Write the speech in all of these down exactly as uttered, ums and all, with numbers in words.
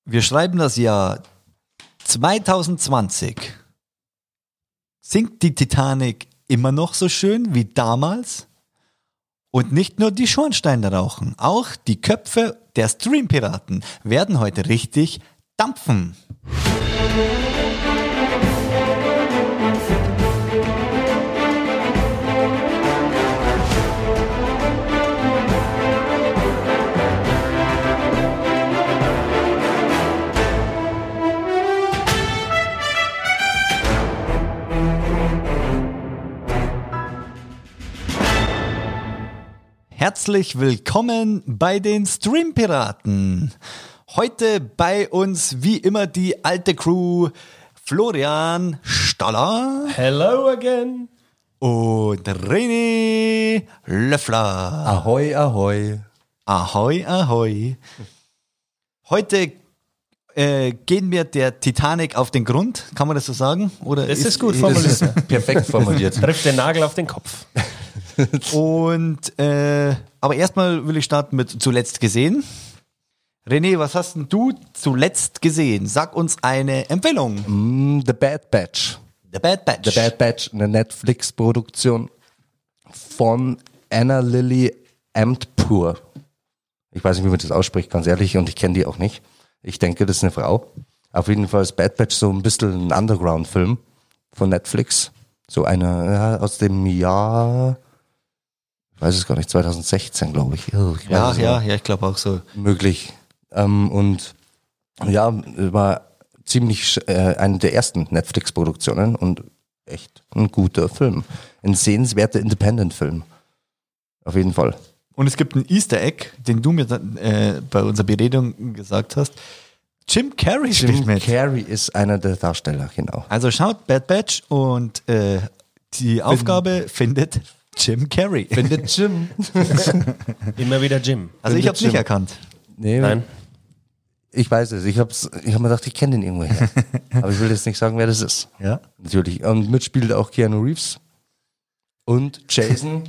Wir schreiben das Jahr zwanzig zwanzig. Singt die Titanic immer noch so schön wie damals? Und nicht nur die Schornsteine rauchen, auch die Köpfe der Streampiraten werden heute richtig dampfen. Herzlich willkommen bei den Streampiraten. Heute bei uns wie immer die alte Crew Florian Stoller. Hello again. Und René Löffler. Ahoi, ahoi. Ahoi, ahoi. Heute äh, gehen wir der Titanic auf den Grund. Kann man das so sagen? Oder Das ist, ist gut formuliert. Das ist perfekt formuliert. Trifft den Nagel auf den Kopf. Und äh, aber erstmal will ich starten mit zuletzt gesehen. René, was hast denn du zuletzt gesehen? Sag uns eine Empfehlung. Mm, The Bad Batch. The Bad Batch. The Bad Batch, eine Netflix-Produktion von Anna Lily Amtpur. Ich weiß nicht, wie man das ausspricht, ganz ehrlich, und ich kenne die auch nicht. Ich denke, das ist eine Frau. Auf jeden Fall ist Bad Batch so ein bisschen ein Underground-Film von Netflix. So eine ja, aus dem Jahr, ich weiß es gar nicht, zwanzig sechzehn, glaube ich. Oh, ich Ja, weiß es ja, nicht. ja, ich glaube auch so. Möglich. Ähm, und ja, war ziemlich äh, eine der ersten Netflix-Produktionen und echt ein guter Film. Ein sehenswerter Independent-Film. Auf jeden Fall. Und es gibt einen Easter Egg, den du mir dann, äh, bei unserer Beredung gesagt hast. Jim Carrey spielt Jim mit. Carrey ist einer der Darsteller, genau. Also schaut Bad Batch und äh, die Aufgabe findet Jim Carrey. Findet Jim. Immer wieder Jim. Also ich findet habe es nicht Jim. erkannt. Nee, Nein. ich weiß es. Ich habe ich hab mir gedacht, ich kenne den irgendwo her. Aber ich will jetzt nicht sagen, wer das ist. Ja. Natürlich. Und mitspielt auch Keanu Reeves. Und Jason.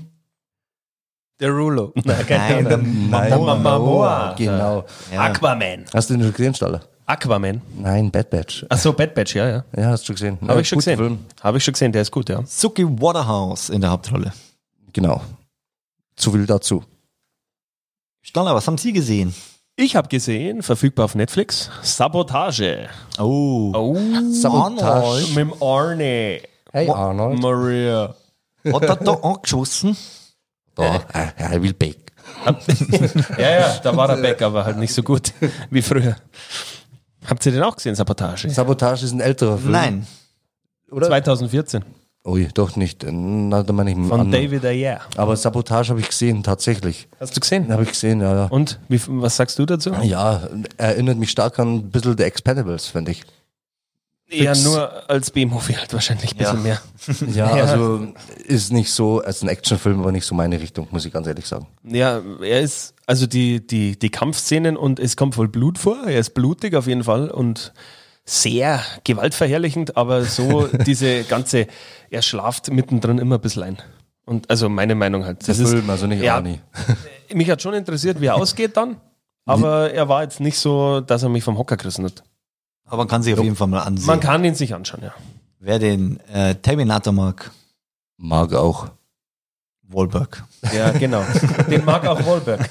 Der Rulo. Nein, der Momoa. Momoa. Genau. Ja. Aquaman. Hast du den schon gesehen, Staller? Aquaman. Nein, Bad Batch. Achso, Bad Batch, ja, ja. Ja, hast du gesehen. Habe Ja, ich schon guter gesehen. Film. Habe ich schon gesehen, der ist gut, ja. Suki Waterhouse in der Hauptrolle. Genau. Zu viel dazu. Stoller, was haben Sie gesehen? Ich habe gesehen, verfügbar auf Netflix, Sabotage. Oh. Oh, Sabotage. mit dem Arne. Hey Arnold. Maria. Hat er da angeschossen? Da, äh, er will Beck. Ja, ja, da war der Beck, aber halt nicht so gut wie früher. Habt ihr den auch gesehen, Sabotage? Sabotage ist ein älterer Film. Nein. Oder? zwanzig vierzehn. Ui, doch nicht. Na, da meine ich Von an- David Ayer. Aber Sabotage habe ich gesehen, tatsächlich. Hast du gesehen? Habe ich gesehen, ja, ja. Und wie, was sagst du dazu? Ja, erinnert mich stark an ein bisschen The Expendables, finde ich. Ja, Fix. nur als B-Movie halt wahrscheinlich ein bisschen Ja. mehr. Ja, Ja. also ist nicht so, als ein Actionfilm, aber nicht so meine Richtung, muss ich ganz ehrlich sagen. Ja, er ist, also die, die, die Kampfszenen und es kommt voll Blut vor. Er ist blutig auf jeden Fall und sehr gewaltverherrlichend, aber so diese ganze, er schlaft mittendrin immer ein bisschen ein. Und also meine Meinung halt. Der Film, also nicht ja, Arnie. mich hat schon interessiert, wie er ausgeht dann, aber er war jetzt nicht so, dass er mich vom Hocker gerissen hat. Aber man kann sich auf jeden Fall mal ansehen. Man kann ihn sich anschauen, ja. Wer den äh, Terminator mag, Mag auch. Wahlberg. Ja, genau. Den mag auch Wahlberg.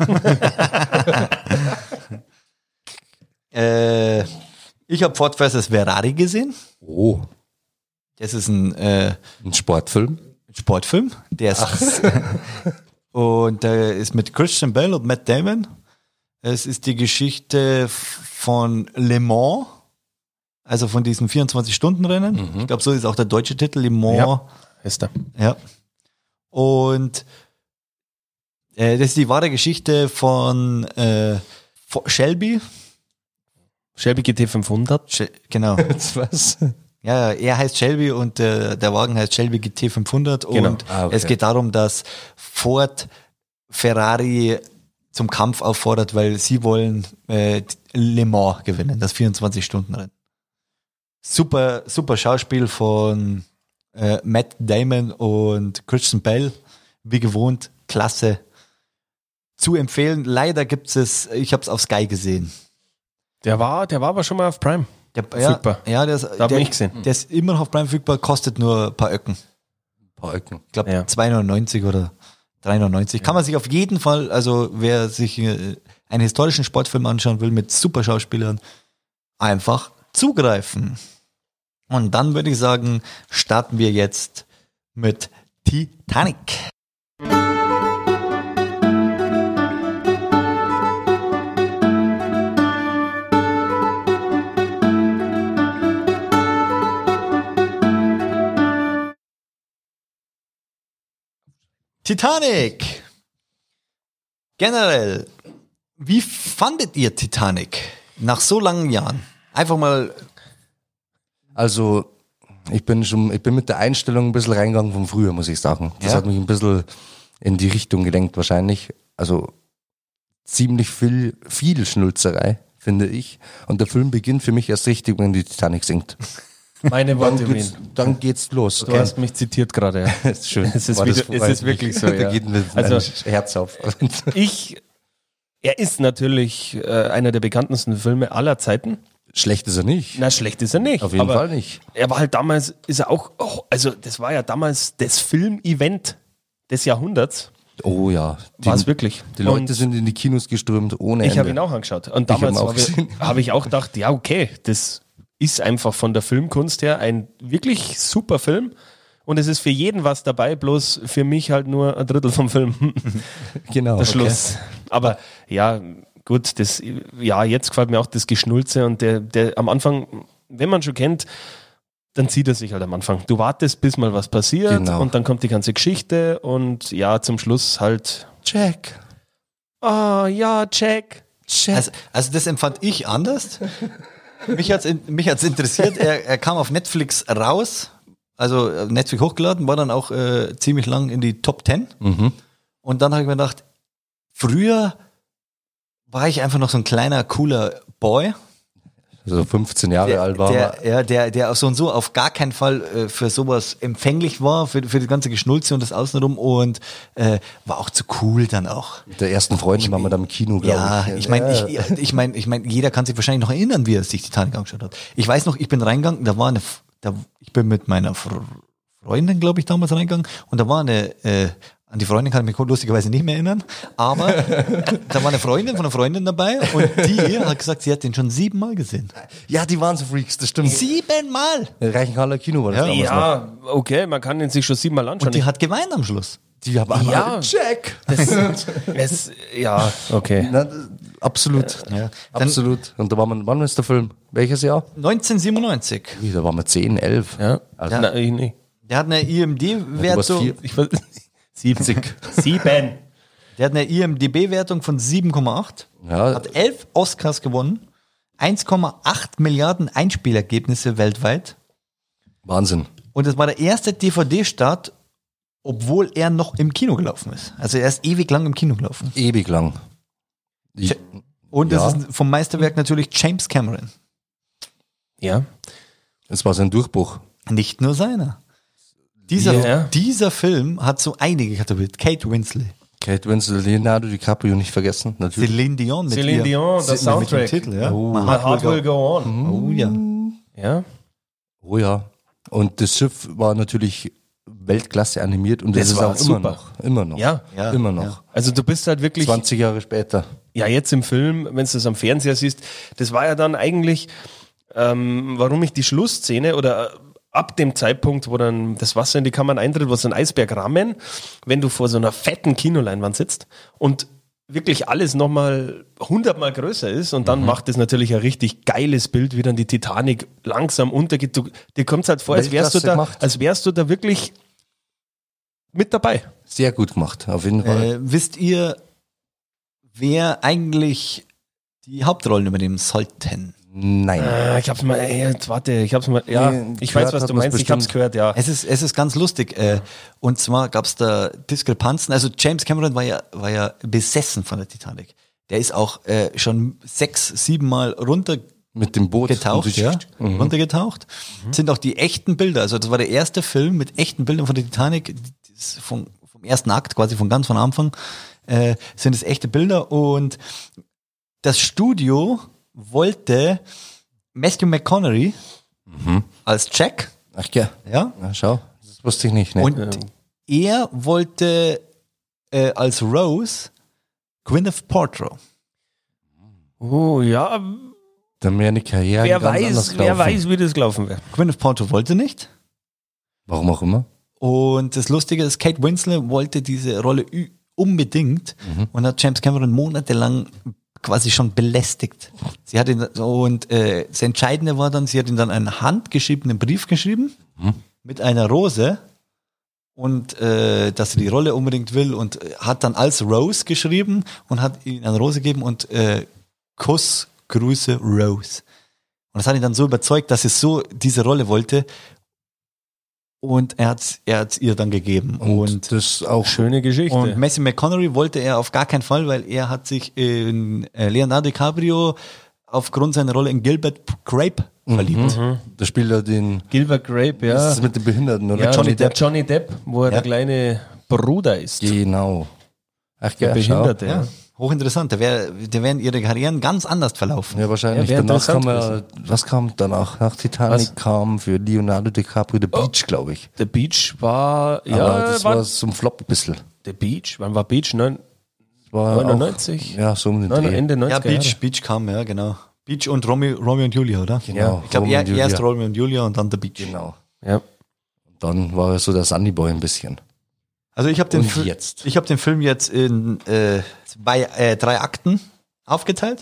Äh, ich habe Ford versus Ferrari gesehen. Oh, Das ist ein äh, ein Sportfilm? Sportfilm. Der ist und der ist mit Christian Bale und Matt Damon. Es ist die Geschichte von Le Mans, also von diesem vierundzwanzig-Stunden-Rennen. Mhm. Ich glaube, so ist auch der deutsche Titel, Le Mans. Ja. Ist er. Ja. Und äh, das ist die wahre Geschichte von äh, von Shelby. Shelby G T fünfhundert. Sh- genau. Was? Ja, er heißt Shelby und äh, der Wagen heißt Shelby G T fünfhundert. Genau. Und Ah, okay. es geht darum, dass Ford Ferrari zum Kampf auffordert, weil sie wollen äh, Le Mans gewinnen, das vierundzwanzig-Stunden-Rennen. Super, super Schauspiel von äh, Matt Damon und Christian Bale, wie gewohnt, klasse. Zu empfehlen. Leider gibt es, ich habe es auf Sky gesehen. Der war, der war aber schon mal auf Prime. Der, verfügbar. Ja, ja der, ist, Da hab der, ich nicht gesehen. der ist immer noch auf Prime verfügbar, kostet nur ein paar Öcken. Ein paar Öcken. Ich glaube Ja. zwei neunundneunzig oder drei neunundneunzig. Kann man sich auf jeden Fall, also wer sich äh, einen historischen Sportfilm anschauen will mit super Schauspielern, einfach zugreifen. Und dann würde ich sagen, starten wir jetzt mit Titanic. Titanic. Generell, wie fandet ihr Titanic nach so langen Jahren? Einfach mal, Also, ich bin schon, ich bin mit der Einstellung ein bisschen reingegangen von früher, muss ich sagen. Das Ja? hat mich ein bisschen in die Richtung gelenkt wahrscheinlich. Also, ziemlich viel, viel Schnulzerei, finde ich. Und der Film beginnt für mich erst richtig, wenn die Titanic singt. Meine Dann Worte, geht's, Wien. dann geht's los. Du hast mich zitiert gerade. Ja. Das ist schön. Es ist War wieder- das- es weiß ist wirklich nicht. so, ja. Da geht mir Also- mein Herz auf. Ich, er ist natürlich äh, einer der bekanntesten Filme aller Zeiten. Schlecht ist er nicht. Na, schlecht ist er nicht. Auf jeden aber Fall nicht. Er war halt damals, ist er auch, oh, also das war ja damals das Film-Event des Jahrhunderts. Oh ja. War es Die, wirklich. die Leute Und sind in die Kinos geströmt ohne ich Ende. habe ihn auch angeschaut. Und Ich hab ihn damals auch habe ich, gesehen. hab ich auch gedacht, ja okay, das ist einfach von der Filmkunst her ein wirklich super Film. Und es ist für jeden was dabei, bloß für mich halt nur ein Drittel vom Film. Genau. Der Schluss. Aber ja, gut, das, ja, jetzt gefällt mir auch das Geschnulze und der, der am Anfang, wenn man schon kennt, dann zieht er sich halt am Anfang. Du wartest, bis mal was passiert Genau. und dann kommt die ganze Geschichte und ja, zum Schluss halt, Jack. ah, ja, Jack. Jack. also, also das empfand ich anders. Mich hat's, in, mich hat's interessiert, er, er kam auf Netflix raus, also äh, Netflix hochgeladen, war dann auch äh, ziemlich lang in die Top Ten. mhm. Und dann habe ich mir gedacht, früher war ich einfach noch so ein kleiner, cooler Boy, Also fünfzehn Jahre der, alt war der, er. ja, der, der auch so und so auf gar keinen Fall äh, für sowas empfänglich war, für, für das ganze Geschnulze und das Außenrum und äh, war auch zu cool dann auch. Mit der ersten Freundin waren wir da im Kino, glaube Ja, ich. ich meine, Ja. ich, ich meine, ich meine, jeder kann sich wahrscheinlich noch erinnern, wie er sich Titanic angeschaut hat. Ich weiß noch, ich bin reingegangen, da war eine, da, ich bin mit meiner Fr- Freundin, glaube ich, damals reingegangen und da war eine, äh, an die Freundin kann ich mich lustigerweise nicht mehr erinnern, aber da war eine Freundin von einer Freundin dabei und die hat gesagt, sie hat den schon siebenmal gesehen. Ja, die waren so Freaks, das stimmt. Siebenmal! Reichenhaller Kino war das damals noch. Ja, okay, man kann ihn sich schon siebenmal anschauen. Und die hat geweint am Schluss. Die haben einmal Ja. Jack. es, ja, okay. Na, das- absolut. Ja. Dann Absolut. Und da war man, wann ist der Film? Welches Jahr? neunzehnhundertsiebenundneunzig. Ui, da waren wir zehn, elf. Ja. Also, Ja. Nein, ich nicht. Der hat eine I M du warst D-Wertung. vier. Ich weiß, sieben. Sieben. Der hat eine I M D B-Wertung von sieben Komma acht. Ja, Hat elf Oscars gewonnen. eins Komma acht Milliarden Einspielergebnisse weltweit. Wahnsinn. Und es war der erste D V D-Start, obwohl er noch im Kino gelaufen ist. Also er ist ewig lang im Kino gelaufen. Ewig lang. Ich, Und Ja. das ist vom Meisterwerk natürlich James Cameron. Ja. es war sein Durchbruch. Nicht nur seiner. Dieser, Ja. dieser Film hat so einige Kategorien. Kate Winslet, Kate Winslet, Leonardo DiCaprio nicht vergessen, natürlich. Celine Dion mit Celine ihr, Dion, der mit Soundtrack. dem Titel, ja. Oh. My My Heart Heart Will Will Go. Go On. Oh ja. Ja. Oh ja. Und das Schiff war natürlich Weltklasse animiert und das, Das ist war auch immer super. noch. Immer noch. Ja. Ja, Immer noch. ja. Also du bist halt wirklich, zwanzig Jahre später. ja jetzt im Film, wenn du das am Fernseher siehst, das war ja dann eigentlich, ähm, warum ich die Schlussszene oder äh, ab dem Zeitpunkt, wo dann das Wasser in die Kammern eintritt, wo so ein Eisberg rammen, wenn du vor so einer fetten Kinoleinwand sitzt und wirklich alles nochmal hundertmal größer ist und dann macht es natürlich ein richtig geiles Bild, wie dann die Titanic langsam untergeht. Du, dir kommt es halt vor, als wärst du Weltklasse da, gemacht. als wärst du da wirklich mit dabei. Sehr gut gemacht, auf jeden Fall. Äh, wisst ihr, wer eigentlich die Hauptrollen übernehmen sollten? Nein. Äh, ich hab's mal, ey, jetzt warte, ich hab's mal, ja, Nee, ich gehört weiß, was hat du man's meinst, ich hab's bestimmt. gehört, ja. Es ist, es ist ganz lustig. Äh, und zwar gab es da Diskrepanzen. Also James Cameron war ja, war ja besessen von der Titanic. Der ist auch äh, schon sechs, sieben Mal runtergetaucht, Mit dem Boot. ja, Mhm. runtergetaucht. Sind auch die echten Bilder. Also das war der erste Film mit echten Bildern von der Titanic. Das ist vom, vom ersten Akt, quasi von ganz von Anfang, äh, sind es echte Bilder. Und das Studio wollte Matthew McConaughey Mhm. als Jack, Ach ja. ja, Na, schau, das wusste ich nicht. Ne? und er wollte äh, als Rose Gwyneth Paltrow. Oh ja, Dann wäre eine Karriere wer ganz weiß, anders wer gelaufen. weiß, wie das gelaufen wäre. Gwyneth Paltrow wollte nicht. Warum auch immer. Und das Lustige ist, Kate Winslet wollte diese Rolle ü- unbedingt und hat James Cameron monatelang quasi schon belästigt. Sie hat ihn, und äh, das Entscheidende war dann, sie hat ihm dann einen handgeschriebenen Brief geschrieben mit einer Rose und äh, dass sie die Rolle unbedingt will und äh, hat dann als Rose geschrieben und hat ihm eine Rose gegeben und äh, Kuss, Grüße, Rose. Und das hat ihn dann so überzeugt, dass sie so diese Rolle wollte. Und er hat er hat's ihr dann gegeben. Und, Und, das auch Schöne Geschichte. und Matthew McConaughey wollte er auf gar keinen Fall, weil er hat sich in äh, Leonardo DiCaprio aufgrund seiner Rolle in Gilbert Grape verliebt. Da spielt er den, Gilbert Grape, ja. das ist mit den Behinderten, oder? ja Johnny der Depp. Johnny Depp, wo er Ja. der kleine Bruder ist. Genau. Ach Der ja, Behinderte. Ja, Ja. hochinteressant. Da, wär, da wären ihre Karrieren ganz anders verlaufen. Ja, wahrscheinlich. Ja, wär Danach kam interessant er, was kam danach? Nach Titanic Was? kam für Leonardo DiCaprio The Beach, glaube ich. The Beach war, ja, Aber das war, war so ein Flop ein bisschen. The Beach, wann war Beach? Neun, Das war neunundneunzig? Auch, ja, so um den neun, Dreh. Ende Ja, neunziger Beach, Jahre. Beach kam, ja, genau. Beach und Romeo, Romeo und Julia, oder? Genau. Ich glaube, Romeo er, und Julia. erst Romeo und Julia und dann The Beach. Genau. Ja. Und dann war er so der Sunny Boy ein bisschen. Also ich habe den, Und Fi- jetzt? ich hab den Film jetzt in äh, zwei, äh, drei Akten aufgeteilt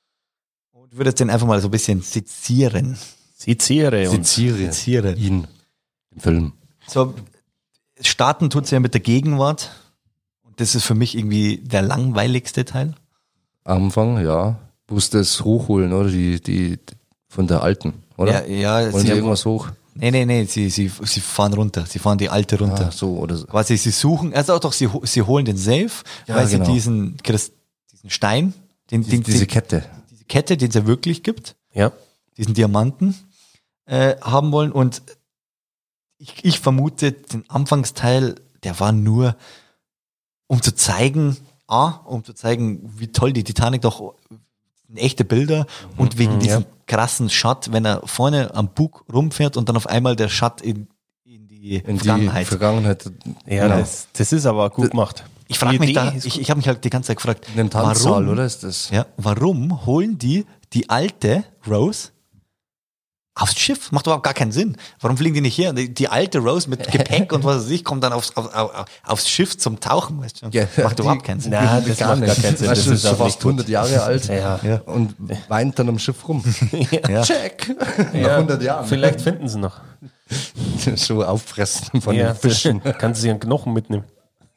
und würde jetzt den einfach mal so ein bisschen sezieren. Seziere und Sizilien. Sezieren. Ihn. Im Film. So, starten tut's ja mit der Gegenwart. Und das ist für mich irgendwie der langweiligste Teil. Am Anfang, ja. Musste es hochholen, oder? Die, die, von der alten, oder? Ja, ja Wollen sie sie haben, irgendwas hoch? nee, nee, nee, sie, sie, sie fahren runter. Sie fahren die alte runter. Ah, so, oder so. Quasi, sie suchen, also auch doch, sie, ho- sie holen den Safe, Ja, weil genau. sie diesen, Christ, diesen Stein, den, den, Diese den, Kette. diese Kette, den es ja wirklich gibt, ja. diesen Diamanten, äh, haben wollen. Und ich, ich vermute, den Anfangsteil, der war nur, um zu zeigen, A, um zu zeigen, wie toll die Titanic doch echte Bilder und wegen diesem krassen Shot, wenn er vorne am Bug rumfährt und dann auf einmal der Shot in, in die In Vergangenheit. die Vergangenheit. Ja, Genau. das, das ist aber gut gemacht. Ich frage Die mich Idee da, ist ich, gut. ich habe mich halt die ganze Zeit gefragt, In dem Tanzsaal, warum, oder ist das? Ja, warum holen die die alte Rose aufs Schiff? Macht überhaupt gar keinen Sinn. Warum fliegen die nicht her? Die, die alte Rose mit Gepäck und was weiß ich, kommt dann aufs, auf, auf, aufs Schiff zum Tauchen. Weißt du? Ja, Macht die- überhaupt keinen Sinn. Na, das Gar macht nicht. gar keinen Sinn. Weißt Das du, ist ist schon auch nicht fast hundert Jahre alt Ja. Ja. und weint dann am Schiff rum. Ja. Check. Nach Ja, hundert Jahren. Vielleicht finden sie noch. So auffressen von Ja, den Fischen. kannst du sie einen Knochen mitnehmen.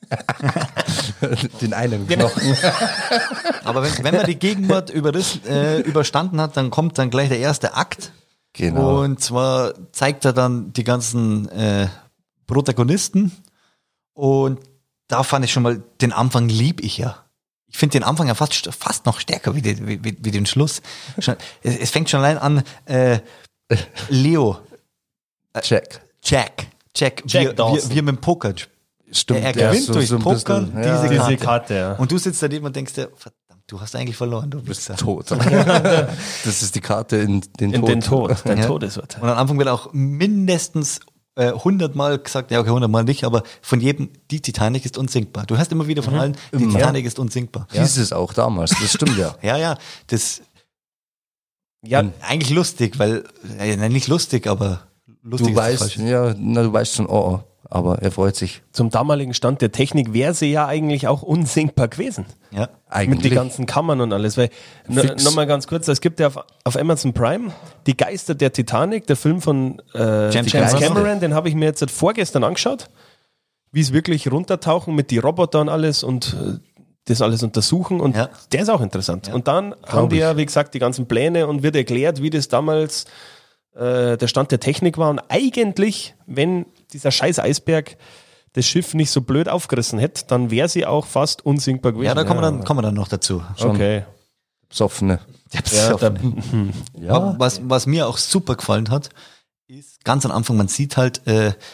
Den einen Knochen. Aber wenn, wenn man die Gegenwart überrissen, äh, überstanden hat, dann kommt dann gleich der erste Akt. Genau. Und zwar zeigt er dann die ganzen äh, Protagonisten. Und da fand ich schon mal, den Anfang lieb ich ja. Ich finde den Anfang ja fast, fast noch stärker wie, den- wie, wie, wie den Schluss. Schon, es, es fängt schon allein an, äh, Leo, Check. Jack, Jack, Jack wie, wie, Dawson. wie mit dem Poker. Stimmt. Er der gewinnt ist so- durch so ein Pokern bisschen- diese ja, Karte. Diese Karte, ja. Und du sitzt daneben und denkst dir, verdammt, du hast eigentlich verloren, du Wichser. Tot. Das ist die Karte in den In Tod. den Tod, dein Ja. Todesurteil. Und am Anfang wird auch mindestens äh, hundertmal gesagt, ja okay, hundertmal nicht, aber von jedem, die Titanic ist unsinkbar. Du hörst immer wieder von allen, die Immer. Titanic ist unsinkbar. Hieß es auch damals, das stimmt ja. Ja, ja, das Ja, eigentlich lustig, weil, äh, nein, nicht lustig, aber lustig Du ist weißt, falsch. ja, na, du weißt schon, oh, oh, aber er freut sich. zum damaligen Stand der Technik wäre sie ja eigentlich auch unsinkbar gewesen. Ja. Mit Eigentlich. den ganzen Kammern und alles. Weil, Fix. Nochmal ganz kurz, es gibt ja auf, auf Amazon Prime Die Geister der Titanic, der Film von äh, James James Cameron. Cameron, den habe ich mir jetzt seit vorgestern angeschaut, wie es wirklich runtertauchen mit die Roboter und alles und äh, das alles untersuchen und Ja. der ist auch interessant. Und dann haben die ja, wie gesagt, die ganzen Pläne und wird erklärt, wie das damals äh, der Stand der Technik war und eigentlich, wenn dieser scheiß Eisberg das Schiff nicht so blöd aufgerissen hätte, dann wäre sie auch fast unsinkbar gewesen. Ja, da kommen wir dann, kommen wir dann noch dazu. Okay. Besoffene. Ja, da, Ja. Was, was mir auch super gefallen hat, ist ganz am Anfang, man sieht halt äh, diese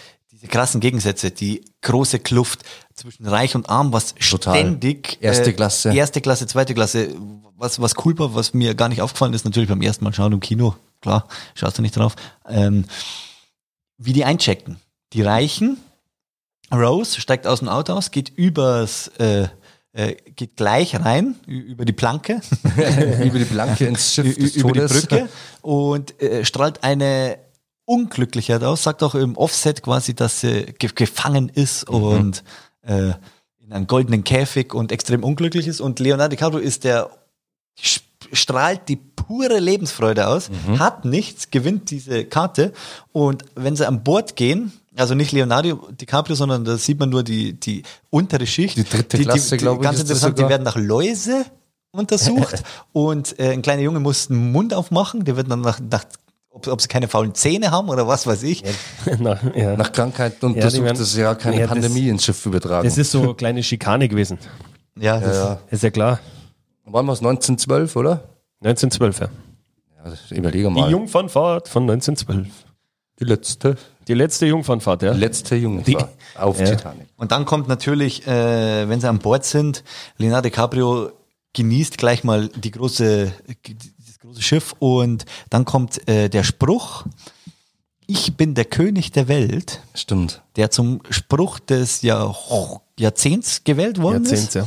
diese krassen Gegensätze, die große Kluft zwischen Reich und Arm, was Total. ständig Erste äh, Klasse. erste Klasse, zweite Klasse, was was cool war, was mir gar nicht aufgefallen ist, natürlich beim ersten Mal schauen im Kino, klar, schaust du nicht drauf, ähm, wie die einchecken. Die Reichen, Rose steigt aus dem Auto aus, geht übers äh, äh, geht gleich rein ü- über die Planke, Über die Planke ins Schiff des über die Todes. Brücke und äh, strahlt eine Unglücklichkeit aus, sagt auch im Offset quasi, dass sie ge- gefangen ist Mhm. und äh, in einem goldenen Käfig und extrem unglücklich ist. Und Leonardo DiCaprio ist der, sch- strahlt die pure Lebensfreude aus, Mhm. hat nichts, gewinnt diese Karte und wenn sie an Bord gehen, also nicht Leonardo DiCaprio, sondern da sieht man nur die, die untere Schicht. Die dritte Klasse, glaube ich, Ganz ist das interessant, die sogar. werden nach Läuse untersucht und äh, ein kleiner Junge muss den Mund aufmachen, der wird dann nach, nach ob, ob sie keine faulen Zähne haben oder was weiß ich. Na, ja. Nach Krankheit die untersucht, werden- dass sie ja keine Ja, das- Pandemie ins Schiff übertragen. Das ist so eine kleine Schikane gewesen. Ja, das, ja, ja. Ist ja klar. Wann war es? neunzehnhundertzwölf, oder? neunzehnhundertzwölf, ja. Ja, das- überlege Die mal. Jungfernfahrt von neunzehnhundertzwölf. Die letzte. Die letzte Jungfernfahrt, ja. Die letzte Jungfahrt auf Ja. Titanic. Und dann kommt natürlich, äh, wenn sie an Bord sind, Leonardo DiCaprio genießt gleich mal die große, das große Schiff und dann kommt äh, der Spruch, ich bin der König der Welt, Stimmt. der zum Spruch des Jahr, Jahrzehnts gewählt worden Jahrzehnts, ist. ja.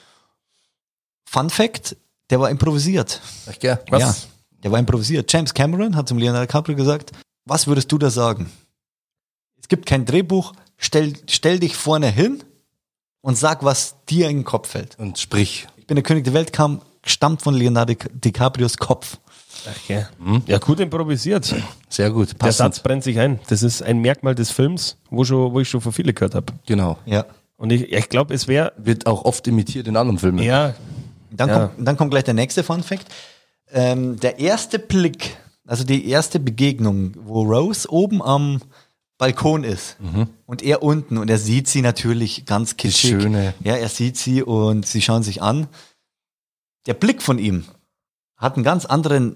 Fun Fact, der war improvisiert. Echt, gell? Was? Ja, der war improvisiert. James Cameron hat zum Leonardo DiCaprio gesagt, was würdest du da sagen? Es gibt kein Drehbuch, stell, stell dich vorne hin und sag, was dir in den Kopf fällt. Und sprich. Ich bin der König der Welt kam, stammt von Leonardo DiCaprios Kopf. Okay. Ja, gut improvisiert. Sehr gut. Der Passend. Satz brennt sich ein. Das ist ein Merkmal des Films, wo, schon, wo ich schon von vielen gehört habe. Genau. Ja. Und ich, ich glaube, es wäre, Wird auch oft imitiert in anderen Filmen. ja, Dann, Ja. kommt, dann kommt gleich der nächste Fun Fact. Ähm, der erste Blick, also die erste Begegnung, wo Rose oben am Balkon ist und er unten und er sieht sie natürlich ganz kitschig. schöne. Ja, er sieht sie und sie schauen sich an. Der Blick von ihm hat einen ganz anderen,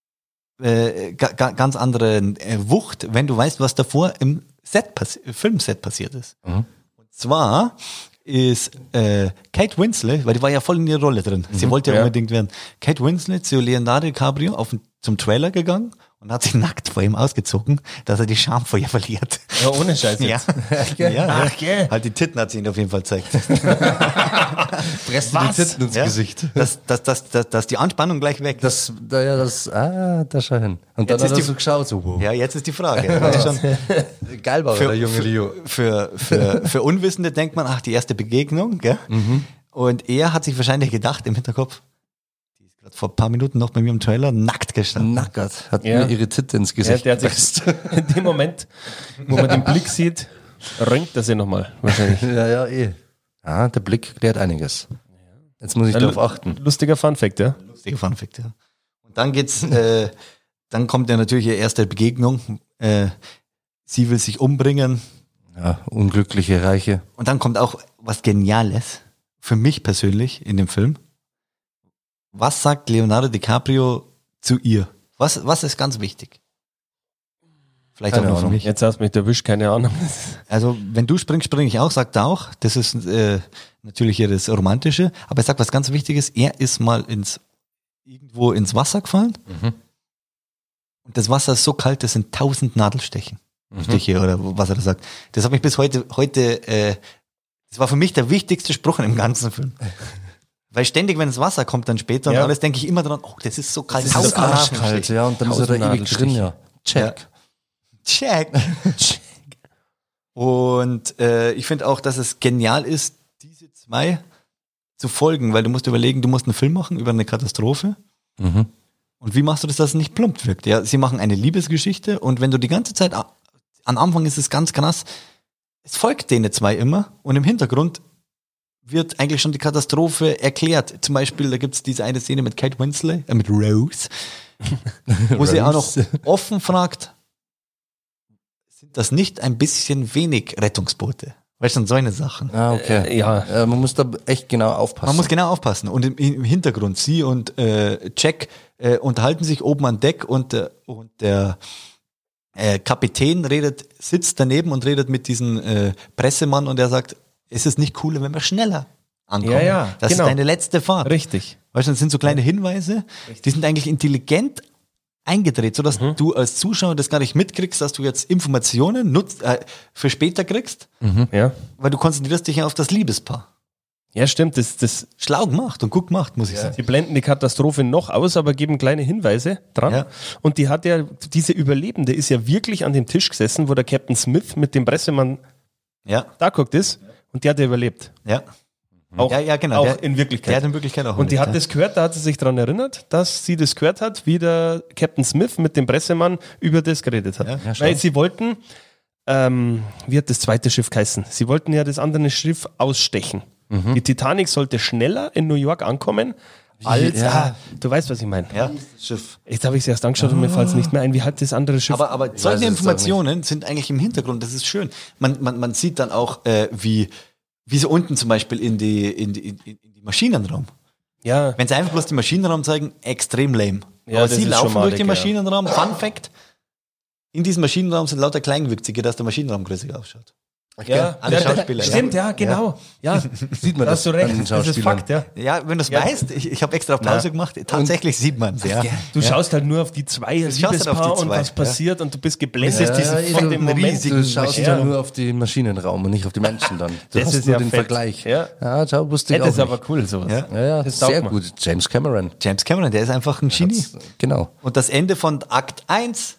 äh, ga, ga, ganz anderen äh, Wucht, wenn du weißt, was davor im Set passi- Filmset passiert ist. Mhm. Und zwar ist äh, Kate Winslet, weil die war ja voll in ihrer Rolle drin. Sie wollte ja, ja. unbedingt werden. Kate Winslet zu Leonardo DiCaprio auf, den- zum Trailer gegangen und hat sich nackt vor ihm ausgezogen, dass er die Scham vor ihr verliert. ja ohne Scheiß Ja, jetzt. ja, Ach, gell. halt die Titten hat sie ihn auf jeden Fall gezeigt. Presst Was? die Titten ins Ja? Gesicht. Dass, dass, dass, dass, dass die Anspannung gleich weg ist. Das, da, ja, das, ah, da schau hin. Und dann Jetzt hat ist er die- so geschaut, so, wow. Ja, jetzt ist die Frage. Das ist schon Geil war für, der junge für, Leo. für, für, für Unwissende denkt man, ach, die erste Begegnung, gell? Mhm. Und er hat sich wahrscheinlich gedacht im Hinterkopf, die ist gerade vor ein paar Minuten noch bei mir im Trailer nackt gestanden. Nackert. Hat Ja. mir ihre Titten ins Ja, Gesicht der hat sich in dem Moment, wo man den Blick sieht, röntgt er sich nochmal, wahrscheinlich. Ja, ja, eh. Ah, der Blick klärt einiges. Jetzt muss ich Ja, darauf lu- achten. Lustiger Funfact, ja. Lustiger Funfact, ja. Und dann geht's, äh, dann kommt ja natürlich ihre erste Begegnung. Äh, sie will sich umbringen. Ja, unglückliche Reiche. Und dann kommt auch was Geniales für mich persönlich in dem Film. Was sagt Leonardo DiCaprio zu ihr? Was, was ist ganz wichtig? Vielleicht Keine auch nur für Ahnung. mich. Jetzt hast du mich erwischt, keine Ahnung. Also, wenn du springst, springe ich auch, sagt er auch. Das ist äh, natürlich hier das Romantische. Aber er sagt was ganz Wichtiges. Er ist mal ins irgendwo ins Wasser gefallen. Mhm. Und das Wasser ist so kalt, das sind tausend Nadelstechen. Mhm. Stiche oder was er da sagt. Das hat mich bis heute, heute, äh, das war für mich der wichtigste Spruch in dem ganzen Film. Weil ständig, wenn das Wasser kommt dann später Ja. und alles, denke ich immer dran, oh, das ist so kalt. Das ist tausend arschkalt, Nadelstiche. ja, und dann ist er da Tausend ewig drin, ja. Check. Check. Und äh, ich finde auch, dass es genial ist, diese zwei zu folgen, weil du musst überlegen, du musst einen Film machen über eine Katastrophe. Mhm. Und wie machst du das, dass es nicht plump wirkt? Ja, sie machen eine Liebesgeschichte und wenn du die ganze Zeit, a- am Anfang ist es ganz krass, es folgt denen zwei immer und im Hintergrund wird eigentlich schon die Katastrophe erklärt. Zum Beispiel, da gibt es diese eine Szene mit Kate Winslet, äh, mit Rose, wo sie auch noch Rose. offen fragt, sind das nicht ein bisschen wenig Rettungsboote? Weißt du, so eine Sachen. Ah, okay. Äh, ja. Äh, man muss da echt genau aufpassen. Man muss genau aufpassen. Und im, im Hintergrund, sie und äh, Jack äh, unterhalten sich oben an Deck und, äh, und der äh, Kapitän redet, sitzt daneben und redet mit diesem äh, Pressemann und der sagt, ist es nicht cooler, wenn wir schneller ankommen? Ja, ja, das genau. ist deine letzte Fahrt. Richtig. Weißt du, das sind so kleine Hinweise, die sind eigentlich intelligent eingedreht, sodass Mhm. du als Zuschauer das gar nicht mitkriegst, dass du jetzt Informationen nutzt, äh, für später kriegst, Ja. weil du konzentrierst dich ja auf das Liebespaar. Ja, stimmt. Das, das, Schlau gemacht und gut gemacht, muss ich sagen. sie blenden die Katastrophe noch aus, aber geben kleine Hinweise dran. Ja. Und die hat ja, diese Überlebende ist ja wirklich an dem Tisch gesessen, wo der Captain Smith mit dem Pressemann Ja, da guckt ist. Und die hat ja überlebt. ja. Auch, Ja, ja, genau. auch Der- in Wirklichkeit. Der hat in Wirklichkeit auch Und die hat überlebt, das gehört, da hat sie sich daran erinnert, dass sie das gehört hat, wie der Captain Smith mit dem Pressemann über das geredet hat. Ja, ja, Weil sie wollten, ähm, wie hat das zweite Schiff geheißen? Sie wollten ja das andere Schiff ausstechen. Mhm. Die Titanic sollte schneller in New York ankommen, als, Ja. ah, du weißt, was ich meine. ja. Das Schiff. Jetzt habe ich es erst angeschaut und mir fällt es nicht mehr ein, wie hat das andere Schiff? Aber, aber weiß solche es Informationen sind eigentlich im Hintergrund, das ist schön. Man, man, man sieht dann auch, äh, wie, wie sie unten zum Beispiel in die, in die, in, in die Maschinenraum. ja, Wenn sie einfach bloß den Maschinenraum zeigen, extrem lame. Ja, Aber das sie ist laufen schon durch den madig, ja. Maschinenraum. Fun Fact: In diesem Maschinenraum sind lauter Kleinwüchsige, dass der Maschinenraum größer ausschaut. ja, alle ja, Schauspieler, Stimmt, ja, genau. Ja, Sieht man da hast du recht. an den Das ist Schauspielern. Fakt, ja. Ja, wenn du es Ja. weißt, ich, ich habe extra Pause Na. gemacht, tatsächlich sieht man es. Ja. Du schaust halt nur auf die zwei schaust halt auf die Liebespaar und zwei, was ja. passiert und du bist geblendet Das ist diese von von dem dem Moment. riesigen Du schaust Ja. ja nur auf den Maschinenraum und nicht auf die Menschen dann. Du Das hast ist nur ja den fett. Vergleich. Ja. ja schau, wusste Ja, ich auch das ist nicht. aber cool, sowas. Ja. Ja, ja, Das taugt sehr mir. gut. James Cameron. James Cameron, der ist einfach ein Genie. Genau. Und das Ende von Akt eins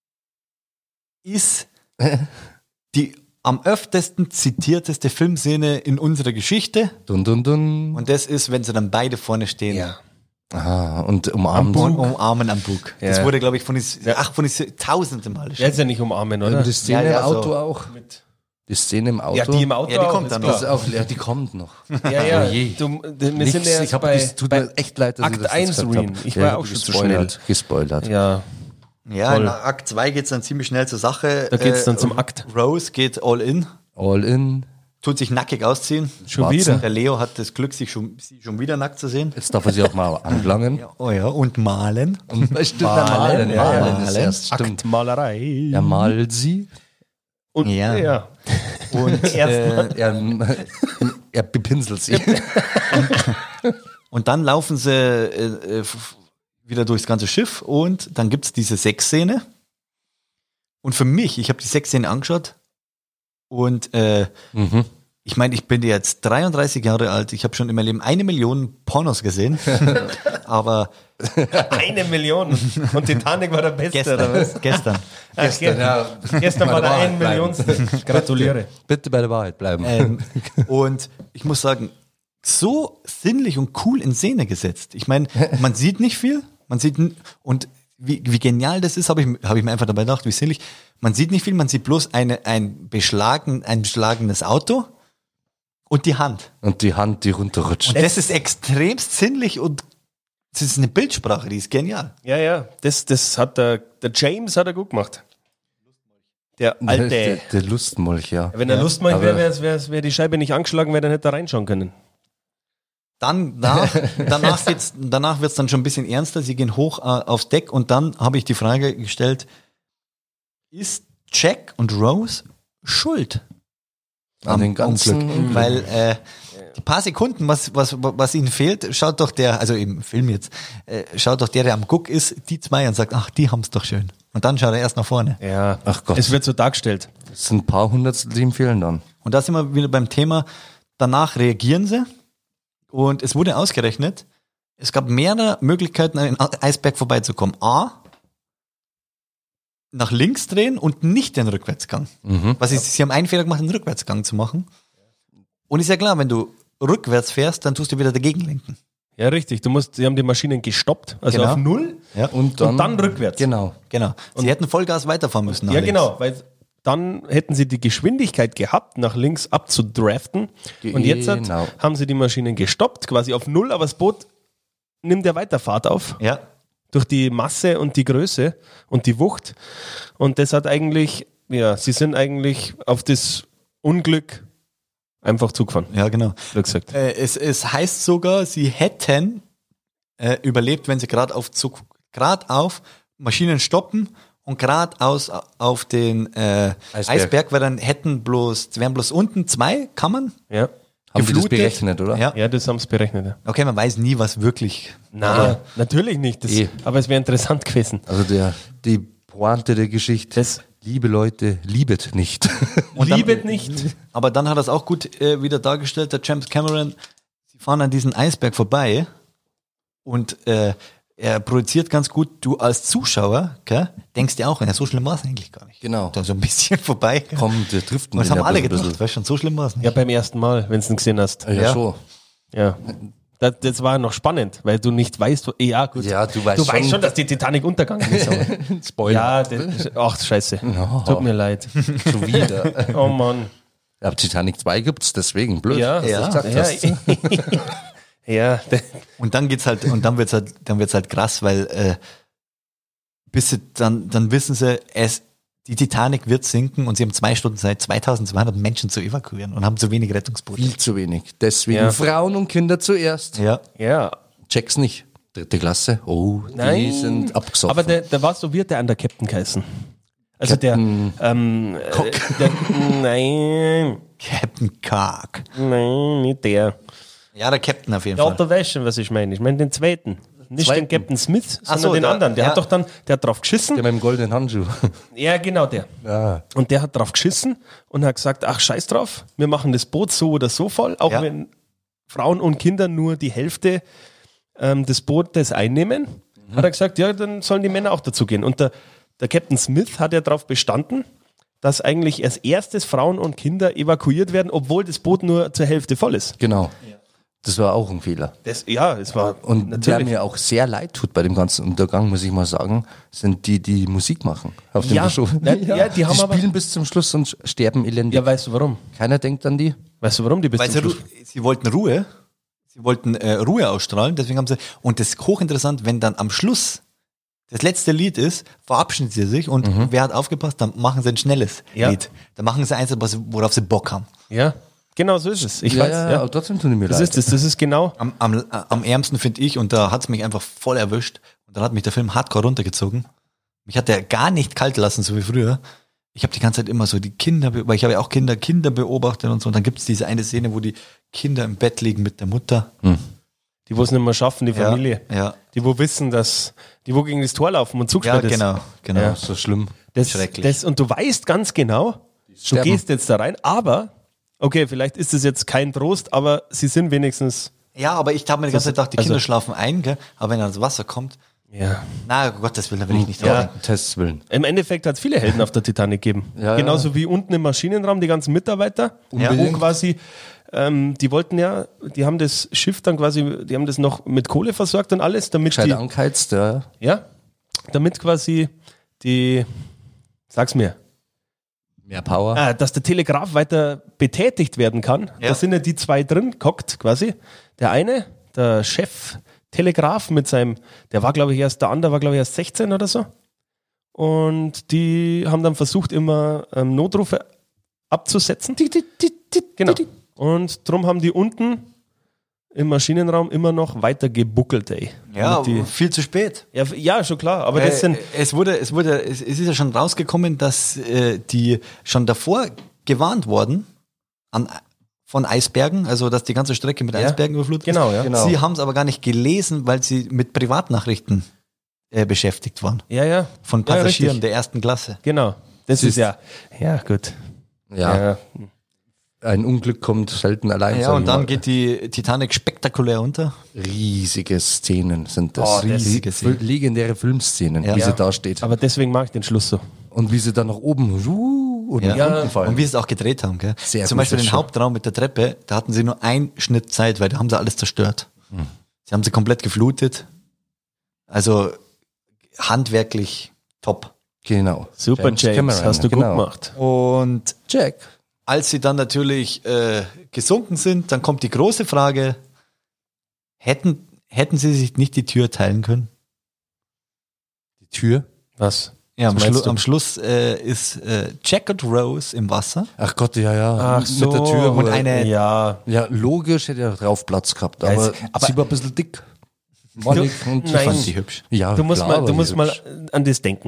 ist die am öftesten zitierteste Filmszene in unserer Geschichte. Dun, dun, dun. Und das ist, wenn sie dann beide vorne stehen. Ja. Aha, und umarmt. Und umarmen am Bug. Das Ja. wurde, glaube ich, von den, Ja. ach, von den tausende Male Der schon. ist ja nicht umarmen, oder? Aber die Szene Ja, ja, im Auto so. auch. Mit- Die Szene im Auto. Ja, die im Auto. Ja, die auch, kommt ist dann klar. Das ist auch, ja, die kommt noch. Ja, ja. Oh je. Du, wir Nichts, sind ja ich erst hab, bei, das tut bei mir echt leid, dass Akt ich das eins, jetzt gesagt Reen. hab. Ich Ja, war auch schon zu schnell. gespoilert, gespoilert. Ja, Ja, Voll. in Akt zwei geht es dann ziemlich schnell zur Sache. Da geht's dann zum Akt. Rose geht all in, All in. tut sich nackig ausziehen. schon Schwarzen. wieder. Der Leo hat das Glück, sich schon, sie schon wieder nackt zu sehen. Jetzt darf er sich auch mal anlangen. Oh ja, und malen. Und stimmt, Malen, malen, ja, malen, ja. ist erst, stimmt. Aktmalerei. Er malt sie. Und, Ja. ja. Und, Erstmal. Äh, er, er bepinselt sie. und dann laufen sie äh, äh, f- wieder durchs ganze Schiff und dann gibt es diese Sexszene. Und für mich, ich habe die Sexszene angeschaut und äh, Mhm. ich meine, ich bin jetzt dreiunddreißig Jahre alt, ich habe schon in meinem Leben eine Million Pornos gesehen, aber Eine Million. Und Titanic war der Beste, oder was? gestern, gestern Ach, Gestern, ja. Gestern war Bei der der Wahrheit ein bleiben. Millionste. Gratuliere. Bitte bei der Wahrheit bleiben. ähm, und ich muss sagen, so sinnlich und cool in Szene gesetzt. Ich meine, man sieht nicht viel, man sieht n- und wie, wie genial das ist, habe ich, hab ich mir einfach dabei gedacht, wie sinnlich. Man sieht nicht viel, man sieht bloß eine, ein, beschlagen, ein beschlagenes Auto und die Hand. Und die Hand, die runterrutscht. Und das ist extremst sinnlich und das ist eine Bildsprache, die ist genial. Ja, ja. Das, das hat der, der James hat er gut gemacht. Der alte. Der, der Lustmolch, ja. Wenn er Lust macht, aber- wäre wär, wär, wär die Scheibe nicht angeschlagen, wäre er nicht da reinschauen können. Dann nach, danach geht's, danach wird's dann schon ein bisschen ernster. Sie gehen hoch äh, aufs Deck und dann habe ich die Frage gestellt: Ist Jack und Rose schuld An den ganzen Unglück? Weil äh, die paar Sekunden, was, was, was ihnen fehlt, schaut doch der, also im Film jetzt, äh, schaut doch der, der am Guck ist, die zwei und sagt, ach, die haben's doch schön. Und dann schaut er erst nach vorne. Ja. Ach Gott. Es wird so dargestellt. Es sind ein paar Hundertstel, die ihm fehlen dann. Und da sind wir wieder beim Thema, danach reagieren sie und es wurde ausgerechnet, es gab mehrere Möglichkeiten, an den Eisberg vorbeizukommen. A, nach links drehen und nicht den Rückwärtsgang. Mhm. Was ist, sie haben einen Fehler gemacht, einen Rückwärtsgang zu machen. Und ist ja klar, wenn du rückwärts fährst, dann tust du wieder dagegen lenken. Ja, richtig. Du musst, sie haben die Maschinen gestoppt, also Genau. auf Null Ja, Und und dann rückwärts. Genau. genau. Sie hätten Vollgas weiterfahren müssen. nach Ja, links. genau, weil dann hätten sie die Geschwindigkeit gehabt, nach links abzudraften. Und jetzt hat, Genau. haben sie die Maschinen gestoppt, quasi auf Null, aber das Boot nimmt ja weiter Fahrt auf. Ja, Durch die Masse und die Größe und die Wucht. Und das hat eigentlich, ja, sie sind eigentlich auf das Unglück einfach zugefahren. ja, genau. Blöd gesagt. Äh, es, es heißt sogar, sie hätten äh, überlebt, wenn sie gerade auf Zug, gerade auf Maschinen stoppen und geradeaus auf den äh, Eisberg. Eisberg, weil dann hätten bloß, wären bloß unten zwei Kammern. Ja. Haben die das geflutet. berechnet, oder? Ja. Ja, das haben sie berechnet. Ja. Okay, man weiß nie, was wirklich. Na, natürlich nicht. Das, Eh. aber es wäre interessant gewesen. Also der, die Pointe der Geschichte, Das- liebe Leute, liebet nicht. Und dann- Liebet nicht. Aber dann hat er es auch gut äh, wieder dargestellt, der James Cameron. Sie fahren an diesen Eisberg vorbei und äh, er projiziert ganz gut, du als Zuschauer, gell, denkst dir auch, ja, so schlimm war es eigentlich gar nicht. Genau. Da so ein bisschen vorbei. Gell? Komm, der trifft Und das den haben ja alle ein bisschen. gedacht, weißt schon, so schlimm war es nicht. Ja, beim ersten Mal, wenn du ihn gesehen hast. Ja, ja, Ja. schon. Ja. Das, das war noch spannend, weil du nicht weißt, wo, ja gut. Ja, du weißt du weißt schon- schon, dass die Titanic untergegangen ist. Aber Spoiler. ja, das, ach scheiße. Tut mir leid. Schon wieder. Oh Mann. Ja, Titanic zwei gibt's, deswegen blöd. Ja, dass du ja, gesagt ja, hast. ja, de- Und dann geht's halt, und dann wird's halt, dann wird's halt krass, weil äh, bis sie dann, dann wissen sie, es, die Titanic wird sinken und sie haben zwei Stunden Zeit, zweitausendzweihundert Menschen zu evakuieren und haben zu wenig Rettungsboote. Viel zu wenig. Deswegen Ja. Frauen und Kinder zuerst. Ja. ja. Check's nicht. Dritte Klasse. Oh, die Nein. sind abgesoffen. Aber der, der war so wird der an der Captain geheißen. Also Captain der, ähm, äh, der, nein, Captain Cock. nein, nicht der. Ja, der Captain auf jeden Ja, Fall. der weißt schon, was ich meine. Ich meine den zweiten. Nicht Zweiten. den Captain Smith, sondern so, den der- anderen. Der ja. hat doch dann, der hat drauf geschissen. der mit dem goldenen Handschuh. Ja, genau der. Ja. Und der hat drauf geschissen und hat gesagt, ach scheiß drauf, wir machen das Boot so oder so voll, auch Ja. wenn Frauen und Kinder nur die Hälfte ähm, des Bootes einnehmen. Hat er gesagt, ja, dann sollen die Männer auch dazu gehen. Und der, der Captain Smith hat ja darauf bestanden, dass eigentlich als erstes Frauen und Kinder evakuiert werden, obwohl das Boot nur zur Hälfte voll ist. Genau. Das war auch ein Fehler. Das, ja, es war Und der natürlich. mir auch sehr leid tut bei dem ganzen Untergang, muss ich mal sagen, sind die, die Musik machen auf dem Ja, Show. na, ja, die haben aber- spielen bis zum Schluss und sterben elendig. Ja, weißt du warum? Keiner denkt an die. Weißt du warum die bis Weil zum sie, Schluss? Ru- sie wollten Ruhe. Sie wollten äh, Ruhe ausstrahlen, deswegen haben sie, und das ist hochinteressant, wenn dann am Schluss das letzte Lied ist, verabschieden sie sich und wer hat aufgepasst, dann machen sie ein schnelles Ja. Lied. Dann machen sie eins, was- worauf sie Bock haben. Ja, genau so ist es. Ich ja, weiß, ja, ja. aber trotzdem tun die mir Das leid. ist es, das ist genau. Am, am, am ärmsten finde ich, und da hat es mich einfach voll erwischt, und dann hat mich der Film hardcore runtergezogen. Mich hat der gar nicht kalt lassen, so wie früher. Ich habe die ganze Zeit immer so die Kinder, be- weil ich habe ja auch Kinder, Kinder beobachtet und so. Und dann gibt es diese eine Szene, wo die Kinder im Bett liegen mit der Mutter. Die, wo es nicht mehr schaffen, die Ja, Familie. ja. Die, wo wissen, dass, die, wo gegen das Tor laufen und Ja, zugesperrt ist. genau, genau. Ja. so schlimm. Das, Schrecklich. das, und du weißt ganz genau, du sterben. gehst jetzt da rein, aber, okay, vielleicht ist es jetzt kein Trost, aber sie sind wenigstens, Ja, aber ich habe mir die ganze Zeit gedacht, die also- Kinder schlafen ein, gell? Aber wenn dann das Wasser kommt, ja. na um Gottes Willen, da will ich nicht Ja. dran. Tests willen. Im Endeffekt hat es viele Helden auf der Titanic gegeben. Ja, ja. Genauso wie unten im Maschinenraum die ganzen Mitarbeiter, Unbedingt. wo quasi, ähm, die wollten ja, die haben das Schiff dann quasi, die haben das noch mit Kohle versorgt und alles, damit Gescheit die, angeheizt, ja. ja, damit quasi die, sag's mir, Mehr Power. ah, dass der Telegraph weiter betätigt werden kann. Ja. Da sind ja die zwei drin, gehockt quasi. Der eine, der Chef Telegraph mit seinem, der war glaube ich erst, der andere war glaube ich erst sechzehn oder so. Und die haben dann versucht immer ähm, Notrufe abzusetzen. Genau. Und drum haben die unten im Maschinenraum immer noch weiter gebuckelt, ey. Ja, Damit die, viel zu spät. ja, ja, schon klar. Aber das Äh, sind, es wurde, es wurde, es, es ist ja schon rausgekommen, dass äh, die schon davor gewarnt wurden an, von Eisbergen, also dass die ganze Strecke mit Ja, Eisbergen überflutet genau, ja. ist. Genau. Sie haben es aber gar nicht gelesen, weil sie mit Privatnachrichten äh, beschäftigt waren. ja, ja. Von Ja, Passagieren richtig. der ersten Klasse. Genau. Das Siehst- ist ja, ja, gut. Ja, Ja. ein Unglück kommt selten allein. Ja, sagen und wir dann mal. geht die Titanic spektakulär unter. riesige Szenen sind das. Oh, riesige Fil- Szenen. legendäre Filmszenen, Ja. wie Ja. sie da steht. Aber deswegen mag ich den Schluss so. Und wie sie dann nach oben uh, und nach Ja, unten fallen. und wie sie es auch gedreht haben. Gell? Sehr Zum gut, Beispiel das den schon. Hauptraum mit der Treppe, da hatten sie nur einen Schnitt Zeit, weil da haben sie alles zerstört. Hm. Sie haben sie komplett geflutet. Also handwerklich top. Genau. Super, James, Cameron, hast du genau. gut gemacht. Und Jack. als sie dann natürlich äh, gesunken sind, dann kommt die große Frage, hätten, hätten sie sich nicht die Tür teilen können? Die Tür. Was? Ja, am, Was meinst Schlu du? am Schluss äh, ist äh, Jack und Rose im Wasser. Ach Gott, ja, ja. Ach Mit so. der Tür. Und wo- eine- Ja. Ja, logisch hätte er drauf Platz gehabt, aber, es- aber- sie war ein bisschen dick. Mollig und Nein. Fand sie hübsch. Ja, Du musst klar, mal, war du die musst mal hübsch. an das denken.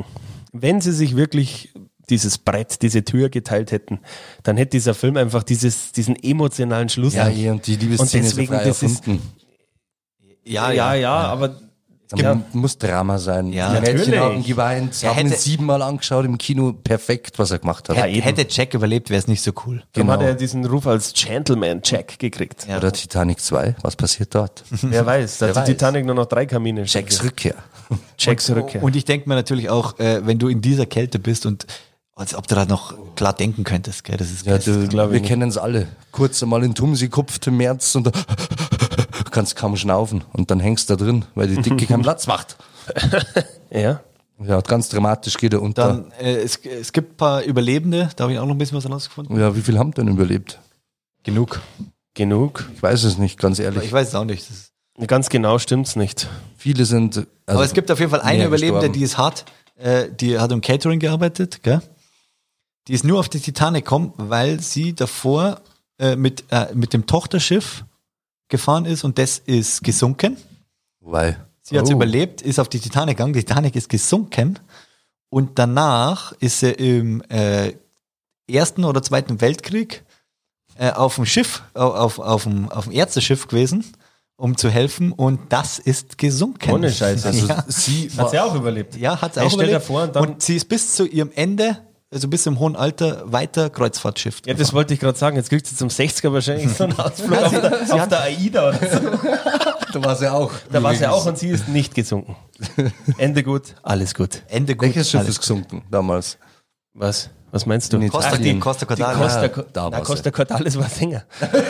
Wenn sie sich wirklich dieses Brett, diese Tür geteilt hätten, dann hätte dieser Film einfach dieses, diesen emotionalen Schluss. Ja, hier und die Liebesszene Und deswegen, ist so frei das ist- erfunden. ja, ja, ja, aber Es ja. muss Drama sein. Ja, die Mädchen natürlich. haben geweint, Er haben ihn hätte- siebenmal angeschaut im Kino. Perfekt, was er gemacht hat. Ja, Hätte, eben. hätte Jack überlebt, wäre es nicht so cool. darum genau. hat er diesen Ruf als Gentleman Jack gekriegt. Ja. Oder Titanic zwei, was passiert dort? Wer weiß, da Wer hat die weiß. Titanic nur noch drei Kamine. Jacks Rückkehr. Jacks Rückkehr. Und ich denke mir natürlich auch, äh, wenn du in dieser Kälte bist und als ob du da noch klar denken könntest, gell? Das ist Ja, Pest. du, glaub ich wir nicht. kennen es alle. Kurz einmal in Tumsi gekupft im März und da kannst kaum schnaufen und dann hängst du da drin, weil die Dicke keinen Platz macht. Ja. Ja, ganz dramatisch geht er unter. Dann, äh, es, es gibt ein paar Überlebende, da habe ich auch noch ein bisschen was rausgefunden. Ja, wie viel haben denn überlebt? Genug. Genug. Ich weiß es nicht, ganz ehrlich. Ich weiß es auch nicht. Das ist, Ganz genau stimmt's nicht. Viele sind. Also aber es gibt auf jeden Fall eine mehr Überlebende, gestorben. die ist hart. Äh, die hat im Catering gearbeitet, gell? Die ist nur auf die Titanic gekommen, weil sie davor äh, mit, äh, mit dem Tochterschiff gefahren ist und das ist gesunken. Weil. Sie hat Oh. überlebt, ist auf die Titanic gegangen, die Titanic ist gesunken und danach ist sie im äh, Ersten oder Zweiten Weltkrieg äh, auf dem Schiff, auf, auf, auf, dem, auf dem Ärzteschiff gewesen, um zu helfen und das ist gesunken. Ohne Scheiß. Also ja. Sie Hat sie auch überlebt. Ja, hat sie Hey, auch stell dir überlebt. vor, und dann- und sie ist bis zu ihrem Ende, also bis zum hohen Alter, weiter Kreuzfahrtschiff. Ja, das wollte ich gerade sagen. Jetzt kriegt sie zum sechziger wahrscheinlich so einen Ausflug auf, der, auf der AIDA oder so. Da war sie auch. Da war sie auch und sie ist nicht gesunken. Ende gut, alles gut. Ende gut. Welches Schiff alles ist gesunken damals? Was? Was meinst du? In Costa, Italien. die Costa Die Cordalis. Costa, Ja, Co- da na, war Costa Cordalis war Sänger.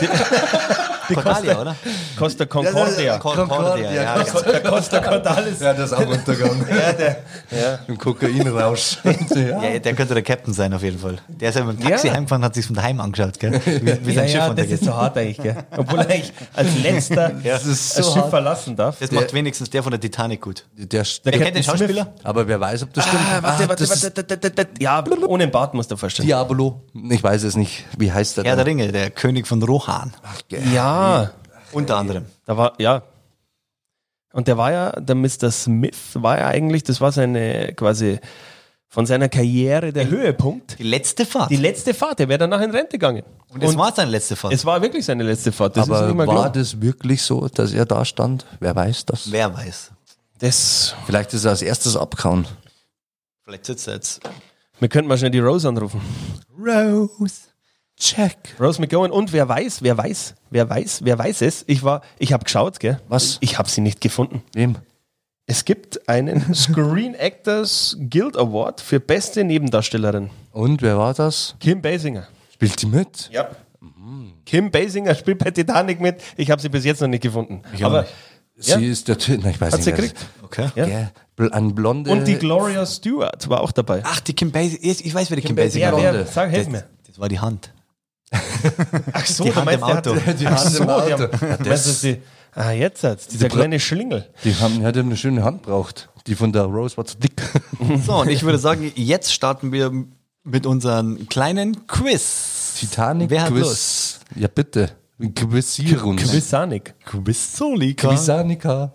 Die Cordalia, oder? Costa Concordia. Concordia, ja. ja. Der Costa Cordalis. Ja, das ist auch untergegangen. Ja, der, ja. Im Kokainrausch. ja. Ja, der könnte der Captain sein auf jeden Fall. Der ist ja mit dem Taxi Ja. heimgefahren, hat sich von daheim angeschaut, gell? Wie, wie Ja, sein Schiff ja, das untergeht. ist so hart eigentlich, gell? Obwohl er eigentlich als letzter Das ist das so Schiff hart. verlassen darf. Das macht wenigstens der von der Titanic gut. Der, Der Ihr kennt den Captain Schauspieler? aber wer weiß, ob das stimmt. Ah, warte, Ah, warte, das warte, warte, warte, warte. Ja, ohne den Bart musst du dir vorstellen. Diabolo. Ich weiß es nicht. Wie heißt der Herr der denn? Ringe, der König von Rohan. Ja, Unter anderem. da war, ja. Und der war ja, der Mister Smith war ja eigentlich, das war seine, quasi von seiner Karriere der Höhepunkt. Die letzte Fahrt. Die letzte Fahrt, der wäre danach in Rente gegangen. Und es war seine letzte Fahrt. Es war wirklich seine letzte Fahrt. Das ist Aber nicht mal war klar. das wirklich so, dass er da stand? Wer weiß das? Wer weiß. Das, Vielleicht ist er als erstes abgehauen. Vielleicht sitzt er jetzt. wir könnten mal schnell die Rose anrufen. Rose. Check. Rose McGowan. Und wer weiß, wer weiß, wer weiß, wer weiß es? Ich war, ich habe geschaut, gell? Was? Ich habe sie nicht gefunden. Wem? Es gibt einen Screen Actors Guild Award für beste Nebendarstellerin. Und wer war das? Kim Basinger. Spielt die mit? Ja. Kim Basinger spielt bei Titanic mit. Ich habe sie bis jetzt noch nicht gefunden. auch Aber nicht. Sie Ja. ist der Typ. Nein, ich weiß hat sie nicht. wer gekriegt. Okay. Ja. Ja. Bl- Ein blonde. Und die Gloria Stewart war auch dabei. Ach, die Kim Basinger. Ich weiß, wer die Kim, wer, Basinger wer, war. wer, sag, helf Das, mir. das war die Hand. Ach so, Die du Hand meinst, im der hat- Auto. Die Ach Hand so, im Auto. die haben, Ja, das- meinst du, die, ah, jetzt hat's, dieser Die Bla- kleine Schlingel. Die haben, hat eine schöne Hand braucht. Die von der Rose war zu dick. So, und ich würde sagen, jetzt starten wir mit unserem kleinen Quiz. Titanic Wer hat Quiz. Lust? Ja, bitte. Quizier uns. Quizanik. Quizolika. Quizanika.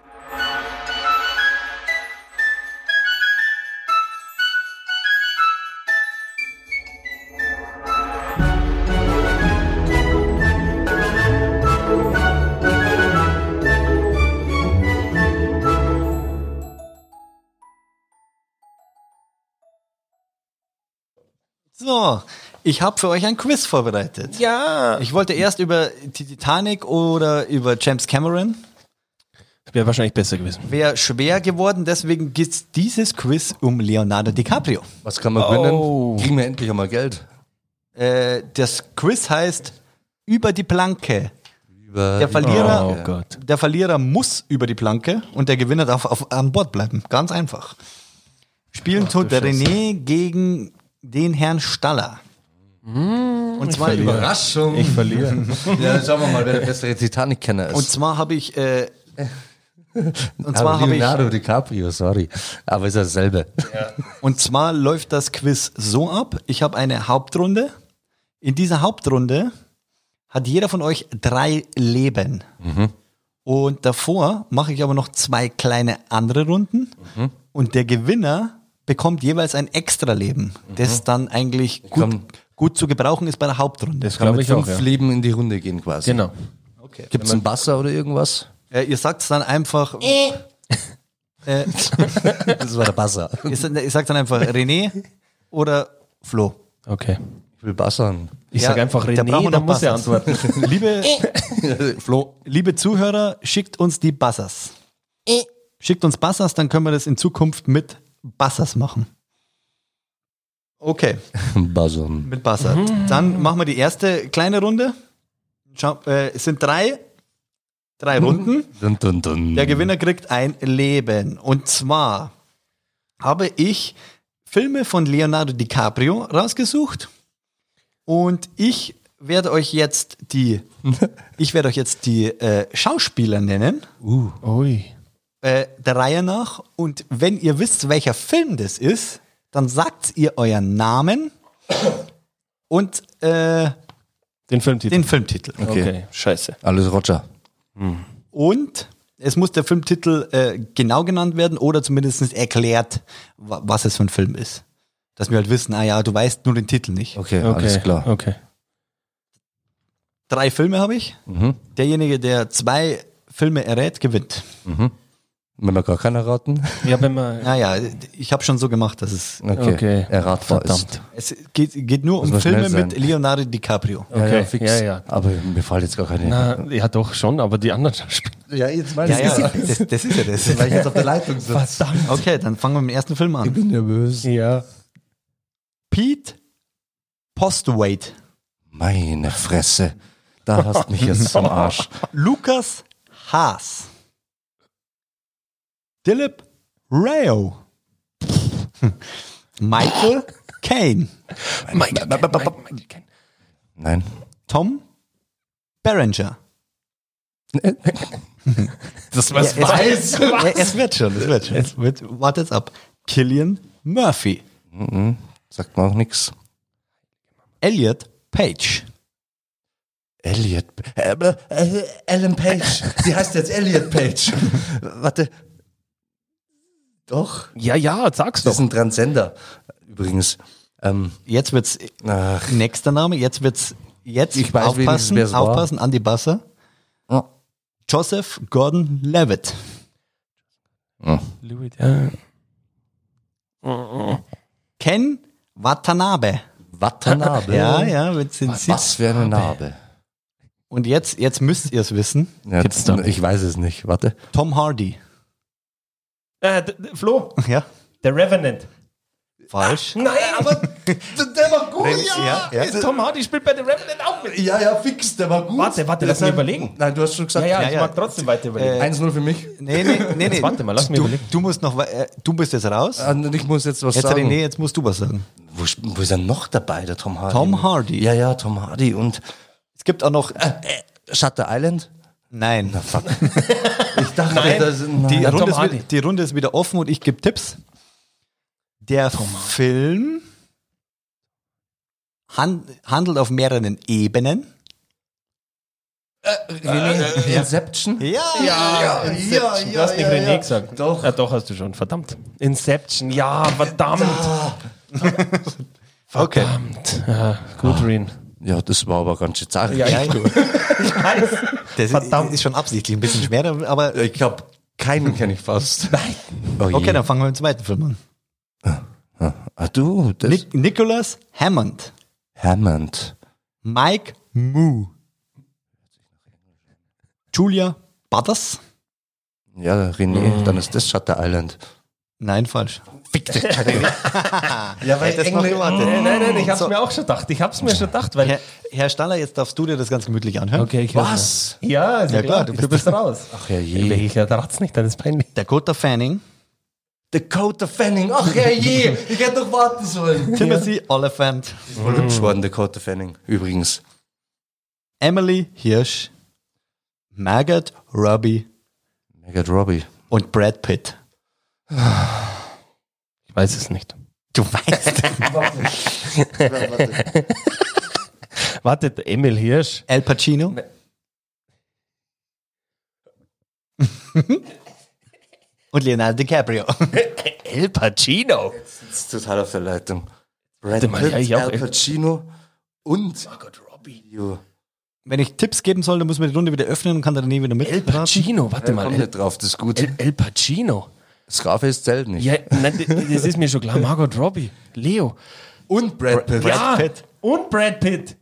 So, ich habe für euch ein Quiz vorbereitet. Ja. Ich wollte erst über die Titanic oder über James Cameron. Wäre wahrscheinlich besser gewesen. Wäre schwer geworden, deswegen geht's dieses Quiz um Leonardo DiCaprio. Was kann man Oh. gewinnen? Kriegen wir endlich einmal Geld. Äh, das Quiz heißt Über die Planke. Über Der die- Verlierer, Oh Gott. der Verlierer muss über die Planke und der Gewinner darf auf, an Bord bleiben. Ganz einfach. Spielen tut der René gegen den Herrn Staller. und zwar über, Überraschung. Ich verliere. Ja, schauen wir mal, wer der bessere Titanic-Kenner ist. und zwar habe ich äh, und zwar Aber habe ich Leonardo DiCaprio, sorry. Aber ist dasselbe. und zwar läuft das Quiz so ab. Ich habe eine Hauptrunde. In dieser Hauptrunde hat jeder von euch drei Leben. Und davor mache ich aber noch zwei kleine andere Runden. Und der Gewinner bekommt jeweils ein Extra-Leben, das dann eigentlich gut, Komm. gut zu gebrauchen ist bei der Hauptrunde. Das Kann glaube mit ich auch. fünf Ja. Leben in die Runde gehen quasi. Genau. Okay. Gibt es einen Basser oder irgendwas? Äh, ihr sagt dann einfach, äh, Das war der Basser. ihr, sa- ihr sagt dann einfach René oder Flo. Okay. Ich will bassern. Ich Ja, sage einfach da brauchen wir René, dann noch muss er Bassers. antworten. Liebe, Flo. liebe Zuhörer, schickt uns die Bassers. Schickt uns Bassers, dann können wir das in Zukunft mit Bassers machen. Okay, Bassern. mit Bassers. Dann machen wir die erste kleine Runde. Schau, äh, es sind drei, drei Runden. Dun, dun, dun. Der Gewinner kriegt ein Leben. Und zwar habe ich Filme von Leonardo DiCaprio rausgesucht. Und ich werde euch jetzt die, ich werde euch jetzt die äh, Schauspieler nennen, Uh. Ui. äh, der Reihe nach. Und wenn ihr wisst, welcher Film das ist, dann sagt ihr euren Namen und äh, Den Filmtitel. den Filmtitel. Okay. Okay, scheiße. Alles Roger. Und es muss der Filmtitel äh, genau genannt werden oder zumindest erklärt, wa- was es für ein Film ist. Dass wir halt wissen, ah ja, du weißt nur den Titel nicht. Okay, Okay, alles klar. Okay. Drei Filme habe ich. Mhm. Derjenige, der zwei Filme errät, gewinnt. Wenn wir gar keiner raten. Ja, wenn man. Naja, ich habe schon so gemacht, dass es Okay. Okay. Erratbar Verdammt. ist. es geht, geht nur Muss um man schnell Filme sein. mit Leonardo DiCaprio. Ja, Okay, ja, fix. ja, ja. Aber mir fällt jetzt gar keine. Na, ja, doch schon, aber die anderen Schauspieler. ja, jetzt Ja, ja, das, das ist ja das. Weil ich jetzt auf der Leitung sitze. Verdammt. Okay, dann fangen wir mit dem ersten Film Ich an. bin nervös. Ja. Pete Postwaite, Meine Fresse. Da hast mich jetzt am Arsch. Lukas Haas, Philip Rao, Michael Caine, Mike, Mike, Mike, Mike. Nein. Tom Berenger. Das Ja, was es, weiß. Ja, es wird schon, es wird schon. Es wird, wartet's ab. Killian Murphy, Mhm. Sagt mir auch nichts. Elliot Page, Elliot. Äh, äh, Ellen Page. Sie heißt jetzt Elliot Page. Warte. Doch. Ja, ja, sag's Das ist doch. ein Transgender. Übrigens. Ähm, jetzt wird's ach, nächster Name, jetzt wird's jetzt Ich weiß wenigstens, aufpassen, wer es war. aufpassen an die Basser. ja. Joseph Gordon-Levitt, Louis, ja. Ken Watanabe. Watanabe. Ja, ja, jetzt sind sie. Was für eine Narbe. Und jetzt, jetzt müsst ihr es wissen. Ja, Gibt's da? Ich weiß es nicht. Warte. Tom Hardy. Äh, d- d- Flo, Ja, der Revenant. falsch. Nein, aber Der war gut. Ja, ja. Tom Hardy spielt bei The Revenant auch mit. Ja, ja, fix. Der war gut. Warte, warte, lass mich Deshalb- überlegen. Nein, du hast schon gesagt. Ja, ja, Ja, ich ja. mag trotzdem weiter überlegen. eins null für mich. Nee, nee, nee, nee. warte mal, lass mich du, überlegen. du musst noch, äh, du bist jetzt raus. Und ich muss jetzt was Jetzt sagen. René, jetzt musst du was sagen. Wo, wo ist er noch dabei, der Tom Hardy? Tom Hardy. Ja, ja, Tom Hardy und Es gibt auch noch, Shutter Island. nein. Na fuck. Ich dachte, Nein. das sind, Die Ja, Runde, Tom ist, Hardy. wieder- die Runde ist wieder offen und ich gebe Tipps. Der Film hand, handelt auf mehreren Ebenen. René, Inception. Ja, ja, Inception. Du hast nicht René gesagt. Doch. Ja, doch, hast du schon. Verdammt. Inception, ja, verdammt. Okay. Verdammt. Ja, gut, Ren. Ja, das war aber ganz schön zart. Ja, Ja, ich, ich weiß. Das Verdammt. ist, ist schon absichtlich ein bisschen schwerer, aber Ich glaube, keinen kenne ich fast. Nein. Oh je. okay, dann fangen wir mit dem zweiten Film an. Ah, du, das Nic Nicholas Hammond, Hammond. Mike Moo, Julia Butters. Ja, René, dann ist das Shutter Island. Nein, falsch. Ja, weil Hättest noch gewartet. Nein, nein, nein, ich hab's So. mir auch schon gedacht. Ich hab's mir schon gedacht, weil. Herr, Herr Staller, jetzt darfst du dir das ganz gemütlich anhören. Okay, ich Was? Ja, ist ja, Ja, klar, klar. du Du bist- bist, raus. Ach ja, Ja, je. ich rat's nicht, dann ist peinlich. Dakota Fanning, Dakota Fanning. Ach ja, je. Ich hätte doch warten sollen. Timothy Oliphant, Voll hübsch geworden, Dakota Fanning. Übrigens. Emily Hirsch, Margot Robbie Margot Robbie. und Brad Pitt. Ich weiß es nicht. Du weißt. Warte, Emil Hirsch. Al Pacino, Und Leonardo DiCaprio. El Pacino. Das ist total auf der Leitung. Brad Warte mal, Pitt, ja, ich auch, Al ey. Pacino und Margot Robbie. Jo. Wenn ich Tipps geben soll, dann muss man die Runde wieder öffnen und kann dann nie wieder mit. El Pacino, warte Der mal. kommt El, nicht drauf, das ist gut. El, El Pacino. Scarface zählt nicht. Ja, nein, das ist mir schon klar. Margot Robbie. Leo. Und Brad Pitt. ja, Pitt. und Brad Pitt.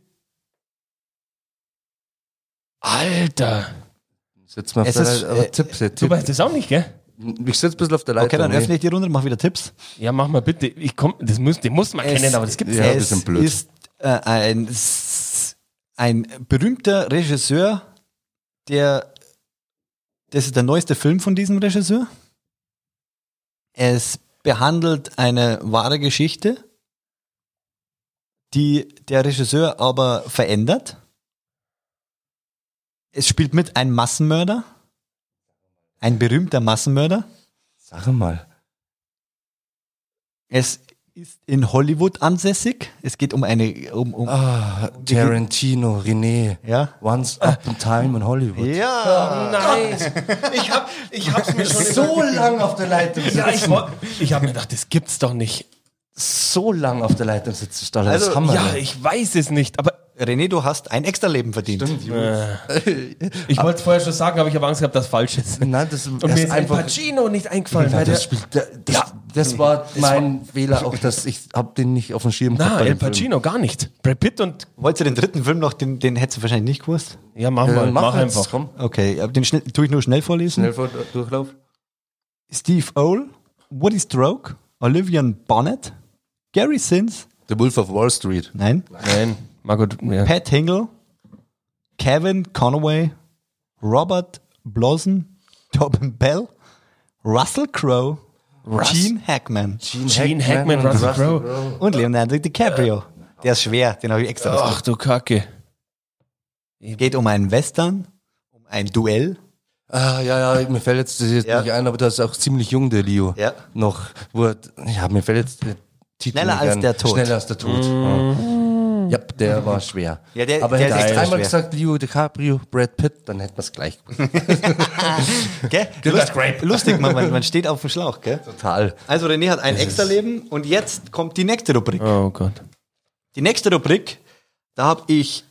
Alter. Sitz mal auf Es der ist, Leitung. Aber äh, Tipps, ja, Du Tipp. weißt das auch nicht, gell? Ich sitze ein bisschen auf der Leitung. Okay, dann nee. öffne ich die Runde, mach wieder Tipps. Ja, mach mal bitte. Ich komm, das muss, den muss man Es- kennen, aber das gibt's ja, nicht. das es ist blöd. ist äh, ein, s- ein berühmter Regisseur, der, das ist der neueste Film von diesem Regisseur. Es behandelt eine wahre Geschichte, die der Regisseur aber verändert. Es spielt mit ein Massenmörder, ein berühmter Massenmörder. Sag mal. Es ist in Hollywood ansässig. Es geht um eine, um, um Ah, Tarantino, René. ja. Once Up in Time in Hollywood. Ja. Nein. Ich hab, ich hab's mir schon So lang auf der Leitung Ja, ich, sitzen. woll- ich hab mir gedacht, das gibt's doch nicht. So lang auf der Leitung sitzen, Staller. Also, das haben wir Ja, denn? ich weiß es nicht, aber René, du hast ein extra Leben verdient. ich wollte es vorher schon sagen, aber ich habe Angst gehabt, dass falsch ist. Nein, das Und ist mir ist El einfach. Pacino nicht eingefallen. Ja, weil der, das, spielt, das, das, das war mein Fehler auch, dass ich hab den nicht auf dem Schirm na, bei El dem Film. Pacino, gar nicht. Brad Pitt und... Wolltest du den dritten Film noch, den, den hättest du wahrscheinlich nicht gewusst? Ja, mach Äh, mal, mach, jetzt, einfach. Komm, Okay, aber den schnell, tue ich nur schnell vorlesen. schnell vor Durchlauf. Steve Ohl, Woody Stroke, Olivia Bonnet, Gary Sins, The Wolf of Wall Street. nein, Nein, Margot... Ja. Pat Hingle, Kevin Conaway, Robert Blossom, Tobin Bell, Russell Crowe, Russ- Gene Hackman Gene Hackman, und Russell Crowe. und Leonardo DiCaprio. Der ist schwer, den habe ich extra ausgesucht. Ach du Kacke. Geht um einen Western, um ein Duell. Ah, ja, ja, mir fällt jetzt das jetzt Ja. nicht ein, aber das ist auch ziemlich jung, der Leo. Ja. Noch, wo er, ja, mir fällt jetzt der Titel Schneller nicht als ein. der Tod. Schneller als der Tod. Ja. Ja, der war schwer. Ja, der- aber der hätte ist ich echt dreimal schwer. gesagt, Leo DiCaprio, Brad Pitt, dann hätten wir es gleich gewusst. Gell? Lust, lustig, man, man, man steht auf dem Schlauch. Gell? Total. Also René hat ein extra Leben und jetzt kommt die nächste Rubrik. Oh Gott. Die nächste Rubrik, da habe ich...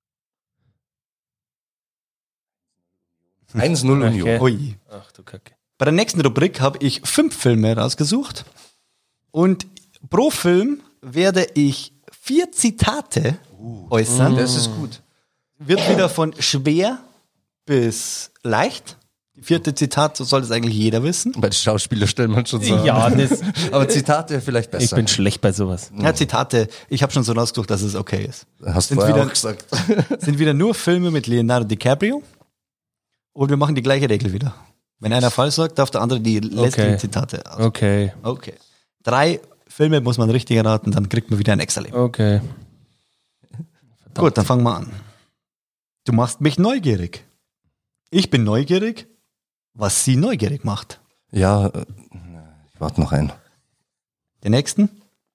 eins null Union. Okay. Ui. Ach du Kacke. Bei der nächsten Rubrik habe ich fünf Filme rausgesucht und pro Film werde ich vier Zitate äußern. Das ist gut. Wird wieder von schwer bis leicht. Die vierte Zitat, so soll das eigentlich jeder wissen. Bei den Schauspielern stellen wir schon so. Ja, das, Aber Zitate vielleicht besser. ich bin schlecht bei sowas. Ja, Zitate, ich habe schon so rausgesucht, dass es okay ist. Hast du Sind vorher wieder- auch gesagt. Sind wieder nur Filme mit Leonardo DiCaprio und wir machen die gleiche Regel wieder. Wenn einer falsch sagt, darf der andere die letzten Okay. Zitate aus. Okay, Okay. Drei Filme muss man richtig erraten, dann kriegt man wieder ein extra Leben. okay. Gut, dann fangen wir an. Du machst mich neugierig. Ich bin neugierig, was sie neugierig macht. Ja, äh, ich warte noch ein. Den nächsten.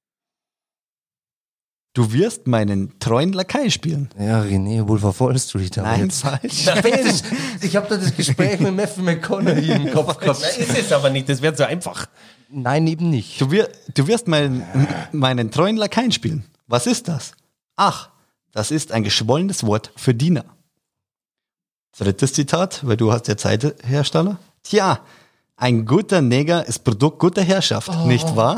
Du wirst meinen treuen Lakai spielen. Ja, René, Wolf of Wall Street. Aber Nein, jetzt, falsch. ich habe da das Gespräch mit Matthew McConaughey im Kopf gehabt. Ist es aber nicht, das wird so einfach. Nein, eben nicht. Du, wir, du wirst meinen, meinen treuen Lakaien spielen. Was ist das? Ach, das ist ein geschwollenes Wort für Diener. Drittes Zitat, weil du hast ja Zeithersteller. Tja, ein guter Neger ist Produkt guter Herrschaft, nicht wahr?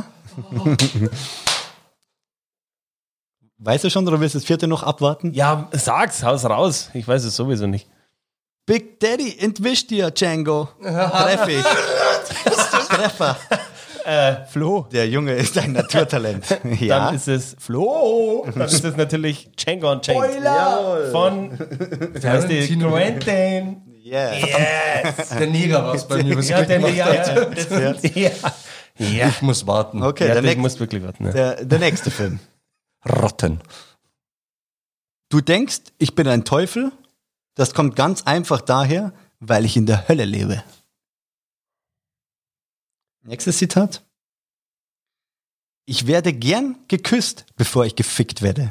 Weißt du schon, oder willst du das vierte noch abwarten? Ja, sag's, haus raus. Ich weiß es sowieso nicht. Big Daddy entwischt dir, Django. Treff ich. Treffer. Äh, Flo. Der Junge ist ein Naturtalent. Ja. Dann ist es Flo. Dann ist es natürlich Django und Chains. Jawohl. Von, wie heißt die? Tarantino. Quentin. Yeah. Yes. Der Neger war es bei mir. Was Ja, ich der, gemacht ja, hab. ja, das, ja. Ja. Ich muss warten. Okay, Ja, der, du nächste, musst wirklich warten. Ja. der, der nächste Film. Rotten. Du denkst, ich bin ein Teufel? Das kommt ganz einfach daher, weil ich in der Hölle lebe. Nächstes Zitat. Ich werde gern geküsst, bevor ich gefickt werde.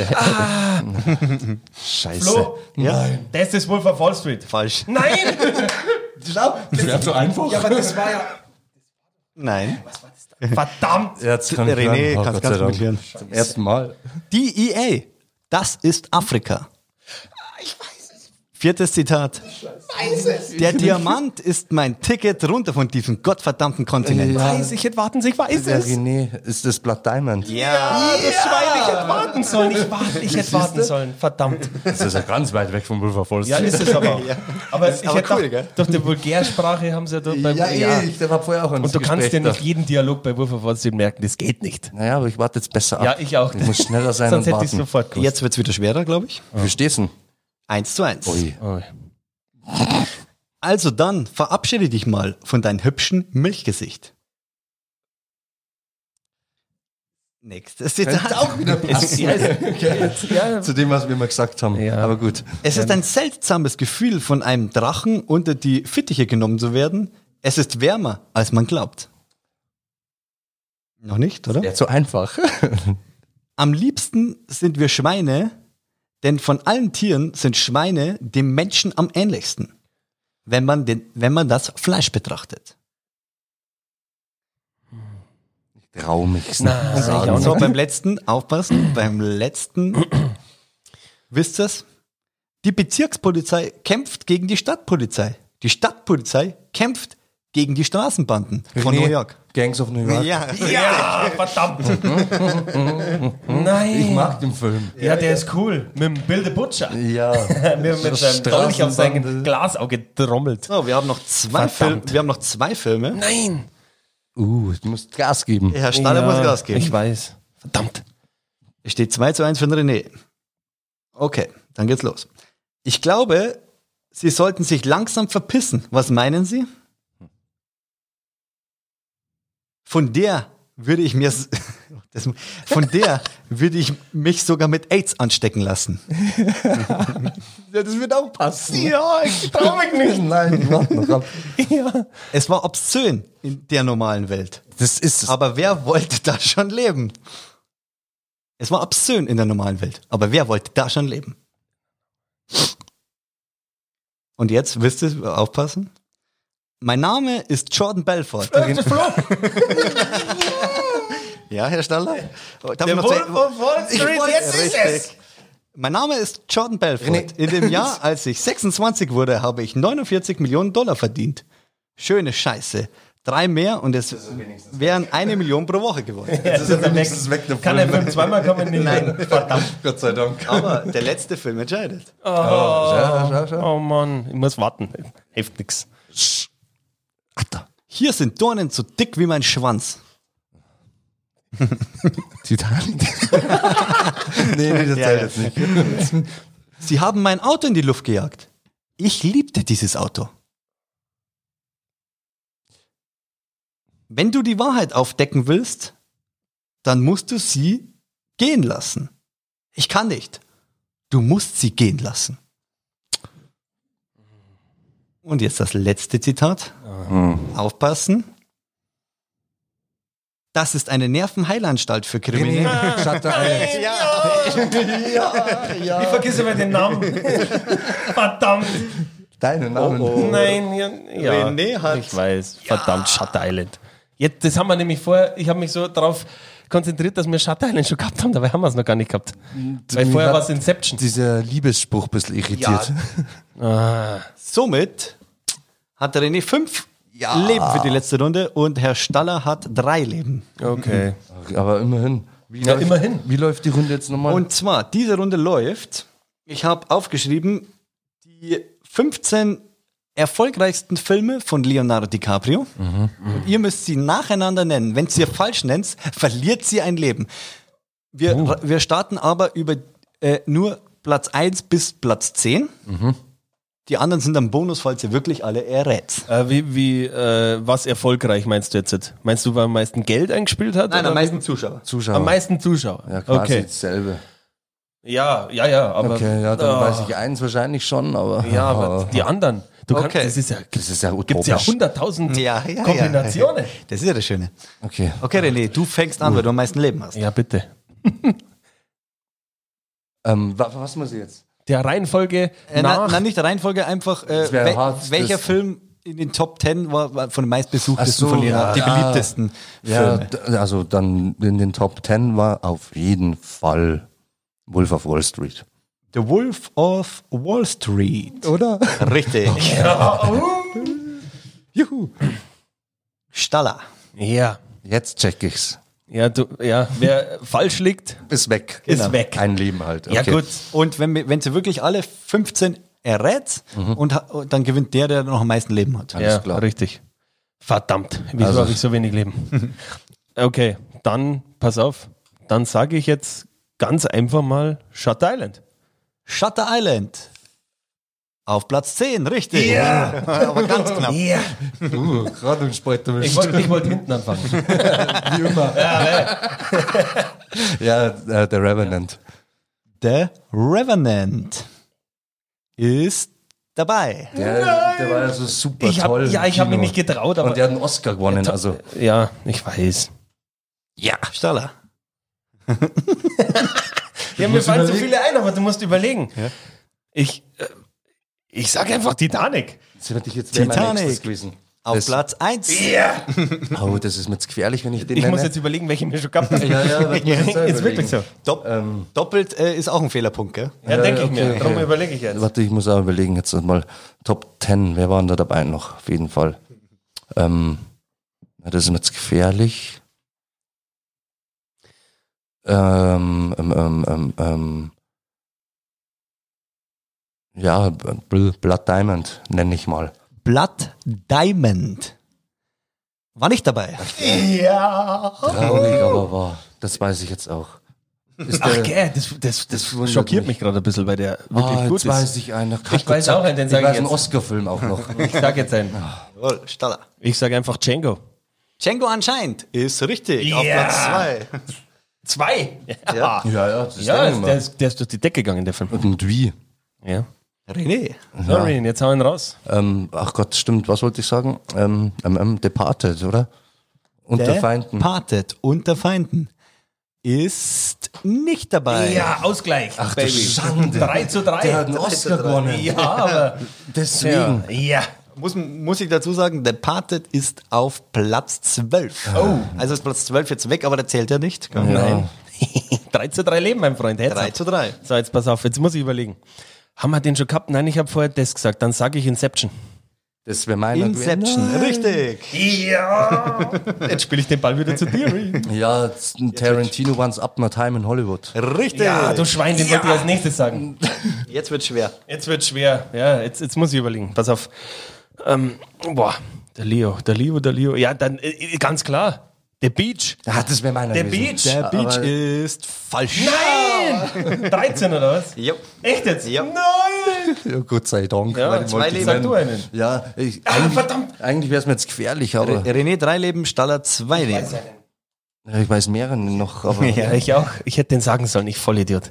Scheiße. Flo, Ja? das ist Wolf of Wall Street. Falsch. Nein! Schau, das wäre so einfach. Ja, aber das war ja, Nein. Verdammt! Jetzt kann ich René, hören. Oh, kannst Gott ganz sei Dank. gut hören. Zum ersten Mal. Die E A, das ist Afrika. Ich weiß es. Viertes Zitat. Weiß es. Der Diamant ist mein Ticket runter von diesem gottverdammten Kontinent. Ja. Weiß ich hätte warten, ich weiß Der es. René ist das Blood Diamond. Ja. Das Schwein, ich hätte warten sollen. Ich, warte, ich hätte warten sollen. Verdammt. Das ist ja ganz weit weg vom Wolf of Wall Ja, Street. ist es aber auch. Aber ich aber hätte cool, doch, gell? durch die Vulgärsprache haben sie ja dort beim Ja, ja. eh, ich der war vorher auch Und du kannst ja nicht jeden Dialog bei Wolf of Wall Street merken, das geht nicht. Naja, aber ich warte jetzt besser ab. Ja, ich auch. Ich muss schneller sein Sonst und hätte ich warten. sofort gewusst. Jetzt wird's wieder schwerer, glaube ich. Wie stehst du denn? Eins zu eins. Ui. Oh. Also dann verabschiede dich mal von deinem hübschen Milchgesicht. Nächstes Zitat. Auch wieder Es, ja, es, ja, zu dem, was wir mal gesagt haben. Ja. Aber gut. Es ist ein seltsames Gefühl, von einem Drachen unter die Fittiche genommen zu werden. Es ist wärmer, als man glaubt. Noch nicht, oder? Ja, zu einfach. Am liebsten sind wir Schweine, denn von allen Tieren sind Schweine dem Menschen am ähnlichsten, wenn man, den, wenn man das Fleisch betrachtet. Trau mich. Nein, sagen. ich auch So, nicht. beim letzten, aufpassen, beim letzten, wisst ihr's? Die Bezirkspolizei kämpft gegen die Stadtpolizei. Die Stadtpolizei kämpft gegen die Straßenbanden von René, New York. Gangs of New York. Ja, Ja, verdammt. Nein. Ich mag den Film. Ja, der ist cool. Mit dem Bill the Butcher. Ja. Mit, mit seinem Dolch auf sein Glasauge trommelt. So, wir haben noch zwei Filme. Verdammt. Wir haben noch zwei Filme. Nein. Uh, du musst Gas geben. Herr Staller muss Gas geben. Ich weiß. Verdammt. Es steht zwei zu eins für den René. Okay, dann geht's los. Ich glaube, Sie sollten sich langsam verpissen. Was meinen Sie? Von der würde ich mir, s- das, von der würde ich mich sogar mit AIDS anstecken lassen. Ja, das wird auch passen. Ja, ich trau mich nicht. Nein, ich warte noch ab. Ja. Es war obszön in der normalen Welt. Das ist es. Aber wer wollte da schon leben? Es war obszön in der normalen Welt. Aber wer wollte da schon leben? Und jetzt, wisst ihr, aufpassen? Mein Name ist Jordan Belfort. Ja, Herr Staller? Darf ich Der noch Wolf zwei- of Wall Ich Street, wollte- jetzt ist es. richtig. Mein Name ist Jordan Belfort. René. In dem Jahr, als ich sechsundzwanzig wurde, habe ich neunundvierzig Millionen Dollar verdient. Schöne Scheiße. Drei mehr und es wären eine Million pro Woche geworden. Das ist er wenigstens weg, der Kann der Film. Film zweimal kommen? Nein. Verdammt. Gott sei Dank. Aber der letzte Film entscheidet. Schau, schau, schau. Oh Mann, ich muss warten. Hilft nix. Alter. Hier sind Dornen so dick wie mein Schwanz. Titanic. nee, nee, das Ja, zählt ja. jetzt nicht. Sie haben mein Auto in die Luft gejagt. Ich liebte dieses Auto. Wenn du die Wahrheit aufdecken willst, dann musst du sie gehen lassen. Ich kann nicht. Du musst sie gehen lassen. Und jetzt das letzte Zitat. Aufpassen. Das ist eine Nervenheilanstalt für Kriminelle. Shutter Island. Ich vergesse immer den Namen. Verdammt. Deinen Namen. Oh, Nein, ja, ja. René hat- Ich weiß. Verdammt, Shutter Island. Jetzt, das haben wir nämlich vorher, ich habe mich so darauf konzentriert, dass wir Shutter Island schon gehabt haben, dabei haben wir es noch gar nicht gehabt. Weil Mich vorher hat war es Inception. Dieser Liebesspruch ein bisschen irritiert. Ah, Somit hat der René fünf Leben für die letzte Runde und Herr Staller hat drei Leben. okay. Aber immerhin. Wie Ja, läuft, immerhin. Wie läuft die Runde jetzt nochmal? Und zwar, diese Runde läuft, ich habe aufgeschrieben, die fünfzehn erfolgreichsten Filme von Leonardo DiCaprio. Und ihr müsst sie nacheinander nennen. Wenn ihr falsch nennt, verliert sie ein Leben. Wir, wir starten aber über äh, nur Platz eins bis Platz zehn. Die anderen sind am Bonus, falls ihr wirklich alle errät. Äh, wie, wie, äh, was erfolgreich meinst du jetzt? Meinst du, weil am meisten Geld eingespielt hat? Nein, oder am meisten Zuschauer. Zuschauer. Am meisten Zuschauer. Ja, quasi okay. dasselbe. Ja, ja, ja, aber. Okay, ja, dann Ah. weiß ich eins wahrscheinlich schon, aber. Ja, aber die anderen. Du kannst, Okay. das ist ja, Das ist ja gibt's ja utopisch. hunderttausend Ja, ja, Kombinationen. Ja. Das ist ja das Schöne. Okay. Okay, René, du fängst an, weil du am meisten Leben hast. Ja, bitte. Ähm, wa- was muss ich jetzt? Der Reihenfolge Äh, nach. na, na, nicht der Reihenfolge, einfach äh, Das wär wel- hart, welcher das- Film in den Top Ten war, war von den meistbesuchtesten Ach so, von denen, ja, die ja. beliebtesten Ja, Filme. d- also dann in den Top Ten war auf jeden Fall Wolf of Wall Street. The Wolf of Wall Street. Oder? Richtig. Juhu. Staller. Ja. Jetzt check ich's. Ja, du, ja, wer falsch liegt, Ist weg. ist weg. Ein Leben halt. Ja, Okay. gut. Und wenn, wir- wenn sie wirklich alle fünfzehn errät, und, ha- und dann gewinnt der, der noch am meisten Leben hat. Alles Ja, klar. richtig. Verdammt, wieso Also- habe ich so wenig Leben? Okay, dann, pass auf, dann sage ich jetzt ganz einfach mal Shutter Island. Shutter Island. Auf Platz zehn, richtig. Ja. Aber ganz knapp. Ja. Uh, gerade im Sport Ich wollte ich wollt hinten anfangen. wie immer. Ja, äh, der Revenant. The Revenant ist dabei. Der, der war ja so super Ich hab, toll. ja, im ich habe mich Kino. nicht getraut, aber. Und der hat einen Oscar gewonnen. Also ja, ich weiß. Ja. Staller. Ja, mir fallen so viele ein, aber du musst überlegen. Ich, äh, ich sage einfach Titanic. das hätte ich jetzt wäre mein Titanic. nächstes gewesen. Auf Das- Platz eins. Ja. Oh, das ist mir jetzt gefährlich, wenn ich den Ich nenne. muss jetzt überlegen, welche mir schon gehabt habe. ja, ja, das muss ich selber Ist wirklich so. überlegen. Dopp Ähm, Doppelt äh, ist auch ein Fehlerpunkt, gell? Ja, denke ich okay, mir. okay. Darum überlege ich jetzt. Warte, ich muss auch überlegen, jetzt mal Top Ten, wer waren da dabei noch? Auf jeden Fall. Ähm, ja, das ist mir jetzt gefährlich. Ähm, ähm, ähm, ähm, ähm, ja, Bl- Blood Diamond nenne ich mal. Blood Diamond. War nicht dabei. Ja. Traurig, aber wahr. Das weiß ich jetzt auch. Ist Ach, der- gell, das, das, das wundert schockiert mich. mich gerade ein bisschen, weil der wirklich Ah, gut jetzt weiß ist. ich einen. Ich weiß auch einen, den ich sage ich weiß einen jetzt. Oscar-Film auch noch. Ich sage jetzt einen. Jawohl, Staller. Ich sage einfach Django. Django Anscheinend ist richtig. Auf Ja. Platz zwei. Zwei? Ja. Ja, ja, das Ja, denke ich der, mal. ist, der ist durch die Decke gegangen, der Film. Und wie? Ja. René. Sorry, jetzt hau ihn raus. Ähm, ach Gott, stimmt, was wollte ich sagen? Ähm, ähm, ähm, Departed, oder? Unter Feinden. Parted unter Feinden ist nicht dabei. Ja, Ausgleich. Ach du Schande. drei zu drei. Der hat einen Oscar gewonnen. Ja, aber Deswegen. ja. ja. Muss, muss ich dazu sagen, The Parted ist auf Platz zwölf. Oh. Also ist Platz zwölf jetzt weg, aber der zählt ja nicht. Ja. Nein. drei zu drei Leben, mein Freund. drei zu drei. So, jetzt pass auf, jetzt muss ich überlegen. Haben wir den schon gehabt? Nein, ich habe vorher das gesagt. Dann sage ich Inception. Das wäre meiner Inception, gewesen. richtig. Ja. Jetzt spiele ich den Ball wieder zu dir. Ja, it's ein Tarantino Once Upon a Time in Hollywood. Richtig. Ja, du Schwein, den wollte ich als nächstes sagen. Jetzt wird schwer. Jetzt wird schwer. Ja, jetzt, jetzt muss ich überlegen. Pass auf. Ähm, boah, der Leo, der Leo, der Leo. Ja, dann äh, ganz klar. The Beach. Ah, das wäre meiner The gewesen. Beach. Der Aber- Beach ist falsch. Nein! dreizehn oder was? Ja. Echt jetzt? Ja. Nein! Ja, Gott sei Dank. Ja, weil ich zwei wollte Leben. nennen. Sag du einen. Ja, ich, Ah, eigentlich, verdammt. eigentlich wäre es mir jetzt gefährlich, aber René drei Leben, Staller zwei Leben. ja, ich weiß mehrere noch. Aber, Ja, ich auch. Ich hätte den sagen sollen, ich Vollidiot.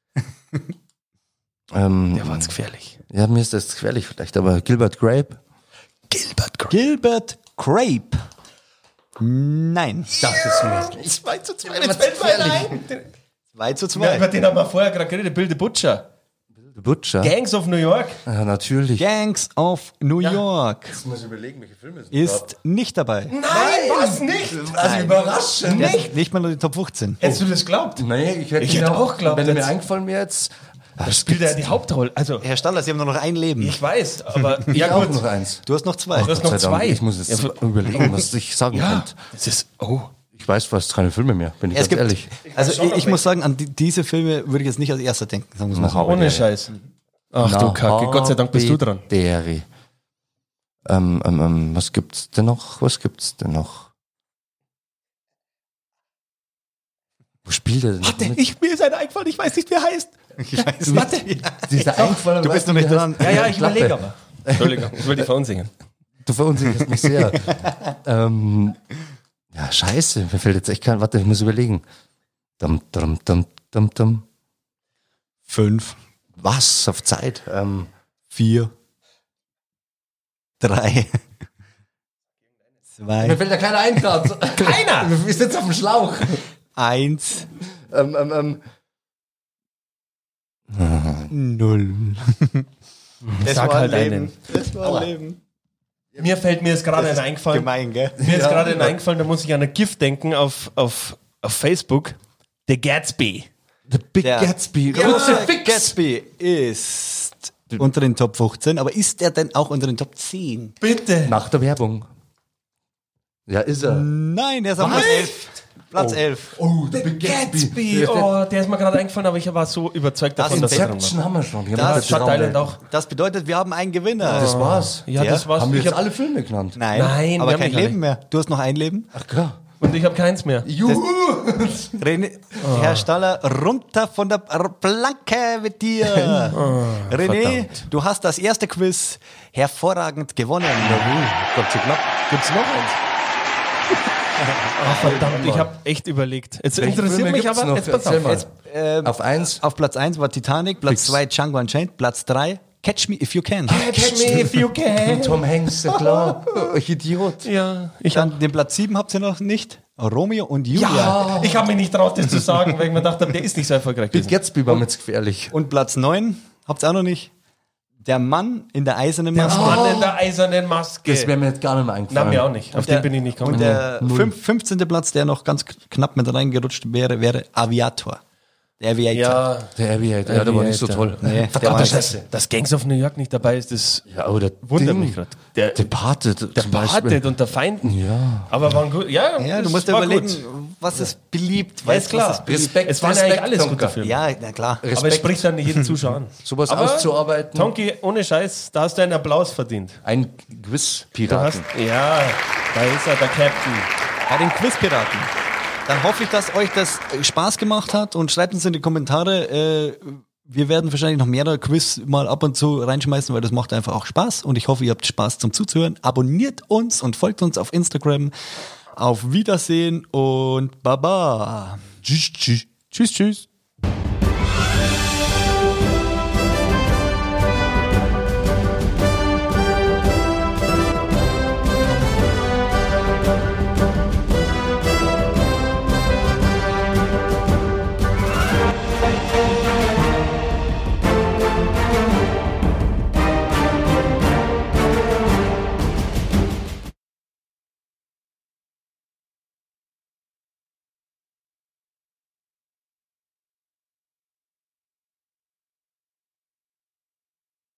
ähm, Der war uns gefährlich. ja, mir ist das gefährlich vielleicht, aber Gilbert Grape. Gilbert Grape. Gilbert Grape. Nein. Das ist mir. zwei zu zwei. Jetzt fällt mir ein. zwei zu Ja, über zwei. den haben wir vorher gerade geredet. Bill the Butcher. Butcher. Gangs of New York. Ja, natürlich. Gangs of New York Ich muss überlegen, welche Filme es ist nicht dabei. Nein, was nicht? Also überraschend. Der ist nicht mal nur die Top fünfzehn. Hättest du das glaubt? Nee, ich hätte, Ich hätte ihn auch geglaubt, wenn er mir jetzt- eingefallen wäre jetzt. Da spielt er die Hauptrolle. Also, Herr Staller, Sie haben nur noch ein Leben. ich weiß, aber Ich ja auch gut. noch eins. Du hast noch zwei. Du hast noch Gott sei Dank, zwei. Ich muss jetzt Ja, für- überlegen, was ich sagen Ja, könnte. das ist, oh. Ich weiß fast keine Filme mehr, bin ich Es ganz gibt, ehrlich. also schon ich, noch ich muss sagen, an die, diese Filme würde ich jetzt nicht als erster denken. Sagen wir es mal so. Ohne Scheiß. Ach du Kacke, Gott sei Dank bist du dran. Deri. Ähm, ähm, ähm, was gibt's denn noch? Was gibt's denn noch? Wo spielt er denn Warte, mit? ich, mir ist einer eingefallen, ich weiß nicht, wie er heißt. Ich weiß Warte. Dieser Einfall, Du bist noch nicht dran. Ja, ja, ich Klappe. überlege aber. Entschuldigung, ich will die verunsingen. Du verunsicherst mich sehr. ähm, ja, scheiße, mir fällt jetzt echt kein. Warte, ich muss überlegen. Dum, dum, dum, dum, dum. Fünf, Was? Auf Zeit? Ähm, vier, drei, mir zwei, fällt ja keiner ein gerade. Keiner! Wir sitzen auf dem Schlauch. eins, ähm, ähm, ähm. null. Es Sag war halt ein Leben. einen. Es war ein Leben. Mir fällt mir jetzt gerade ein eingefallen. Gemein, gell? Mir ist Ja. gerade ein eingefallen, da muss ich an ein GIF denken auf, auf, auf Facebook. The Gatsby. The Big Der Gatsby. große Fix. Gatsby ist unter den Top fünfzehn, aber ist er denn auch unter den Top zehn? Bitte. Nach der Werbung. Ja, ist er. Nein, er ist auf Platz elf. Platz elf. Oh, The Big Gatsby. Oh, der ist mir gerade eingefallen, aber ich war so überzeugt davon, dass er drin war. Inception haben wir schon. Die haben Das wir Shutter Traum- Island auch. Das bedeutet, wir haben einen Gewinner. Das war's. Ja, Ja? das war's. Haben wir Ich jetzt hab, alle Filme genannt? Nein, Nein, aber wir haben kein nicht alle. Leben mehr. Du hast noch ein Leben. Ach klar. und ich habe keins mehr. Juhu! René, Herr Staller, runter von der Planke mit dir. René, verdammt. du hast das erste Quiz hervorragend gewonnen. Gott sei Dank. Gibt's noch eins? Oh, verdammt, ich habe echt überlegt. Jetzt Welche interessiert Filme mich gibt's aber, noch? jetzt pass Erzähl auf. mal. Jetzt, Ähm, Auf eins. auf Platz eins war Titanic, Platz Fix. zwei Django Unchained, Platz drei Catch Me If You Can. catch me if you can. Tom Hanks, ja klar. Oh, Idiot. Ja, ich habe Dann den Platz sieben habt ihr noch nicht. Romeo und Julia. ja, ich hab mich nicht traut, das zu sagen, weil ich mir gedacht habe, der ist nicht so erfolgreich Big gewesen. Gatsby war mir jetzt gefährlich. Und Platz neun habt ihr auch noch nicht. Der Mann in der eisernen Der Maske. Mann in der eisernen Maske. Das wäre mir jetzt gar nicht mehr Na, eingefallen. mir auch nicht. Auf den bin ich nicht gekommen. Und der fünf, fünfzehnte Platz, der noch ganz knapp mit reingerutscht wäre, wäre Aviator. Der Aviator. ja, Der Aviator, ja, der war nicht so Aviator. toll. Nee, der war Verdammte halt- Scheiße. dass Gangs of New York nicht dabei ist, das Ja, aber der wundert Ding, mich gerade. Der, Der Patet der zum Beispiel. Parted und der Feind. Ja. Aber waren gut. Ja, Ja, du das musst dir war überlegen, gut. was ist beliebt. Ja, Weißt ist du, was klar. ist beliebt? Respekt, Es waren Respekt, eigentlich alles gute Tonka. Filme. Ja, na klar. Aber es Respekt. spricht dann nicht jeden Zuschauer an. Sowas Aber, auszuarbeiten. Tonki, ohne Scheiß, da hast du einen Applaus verdient. Ein Du hast, Quiz-Piraten. ja, da ist er, der Captain. Bei den Quizpiraten. Dann hoffe ich, dass euch das äh, Spaß gemacht hat und schreibt uns in die Kommentare. Äh, wir werden wahrscheinlich noch mehrere Quiz mal ab und zu reinschmeißen, weil das macht einfach auch Spaß. Und ich hoffe, ihr habt Spaß zum Zuzuhören. Abonniert uns und folgt uns auf Instagram. Auf Wiedersehen und Baba. Tschüss, tschüss. Tschüss, tschüss.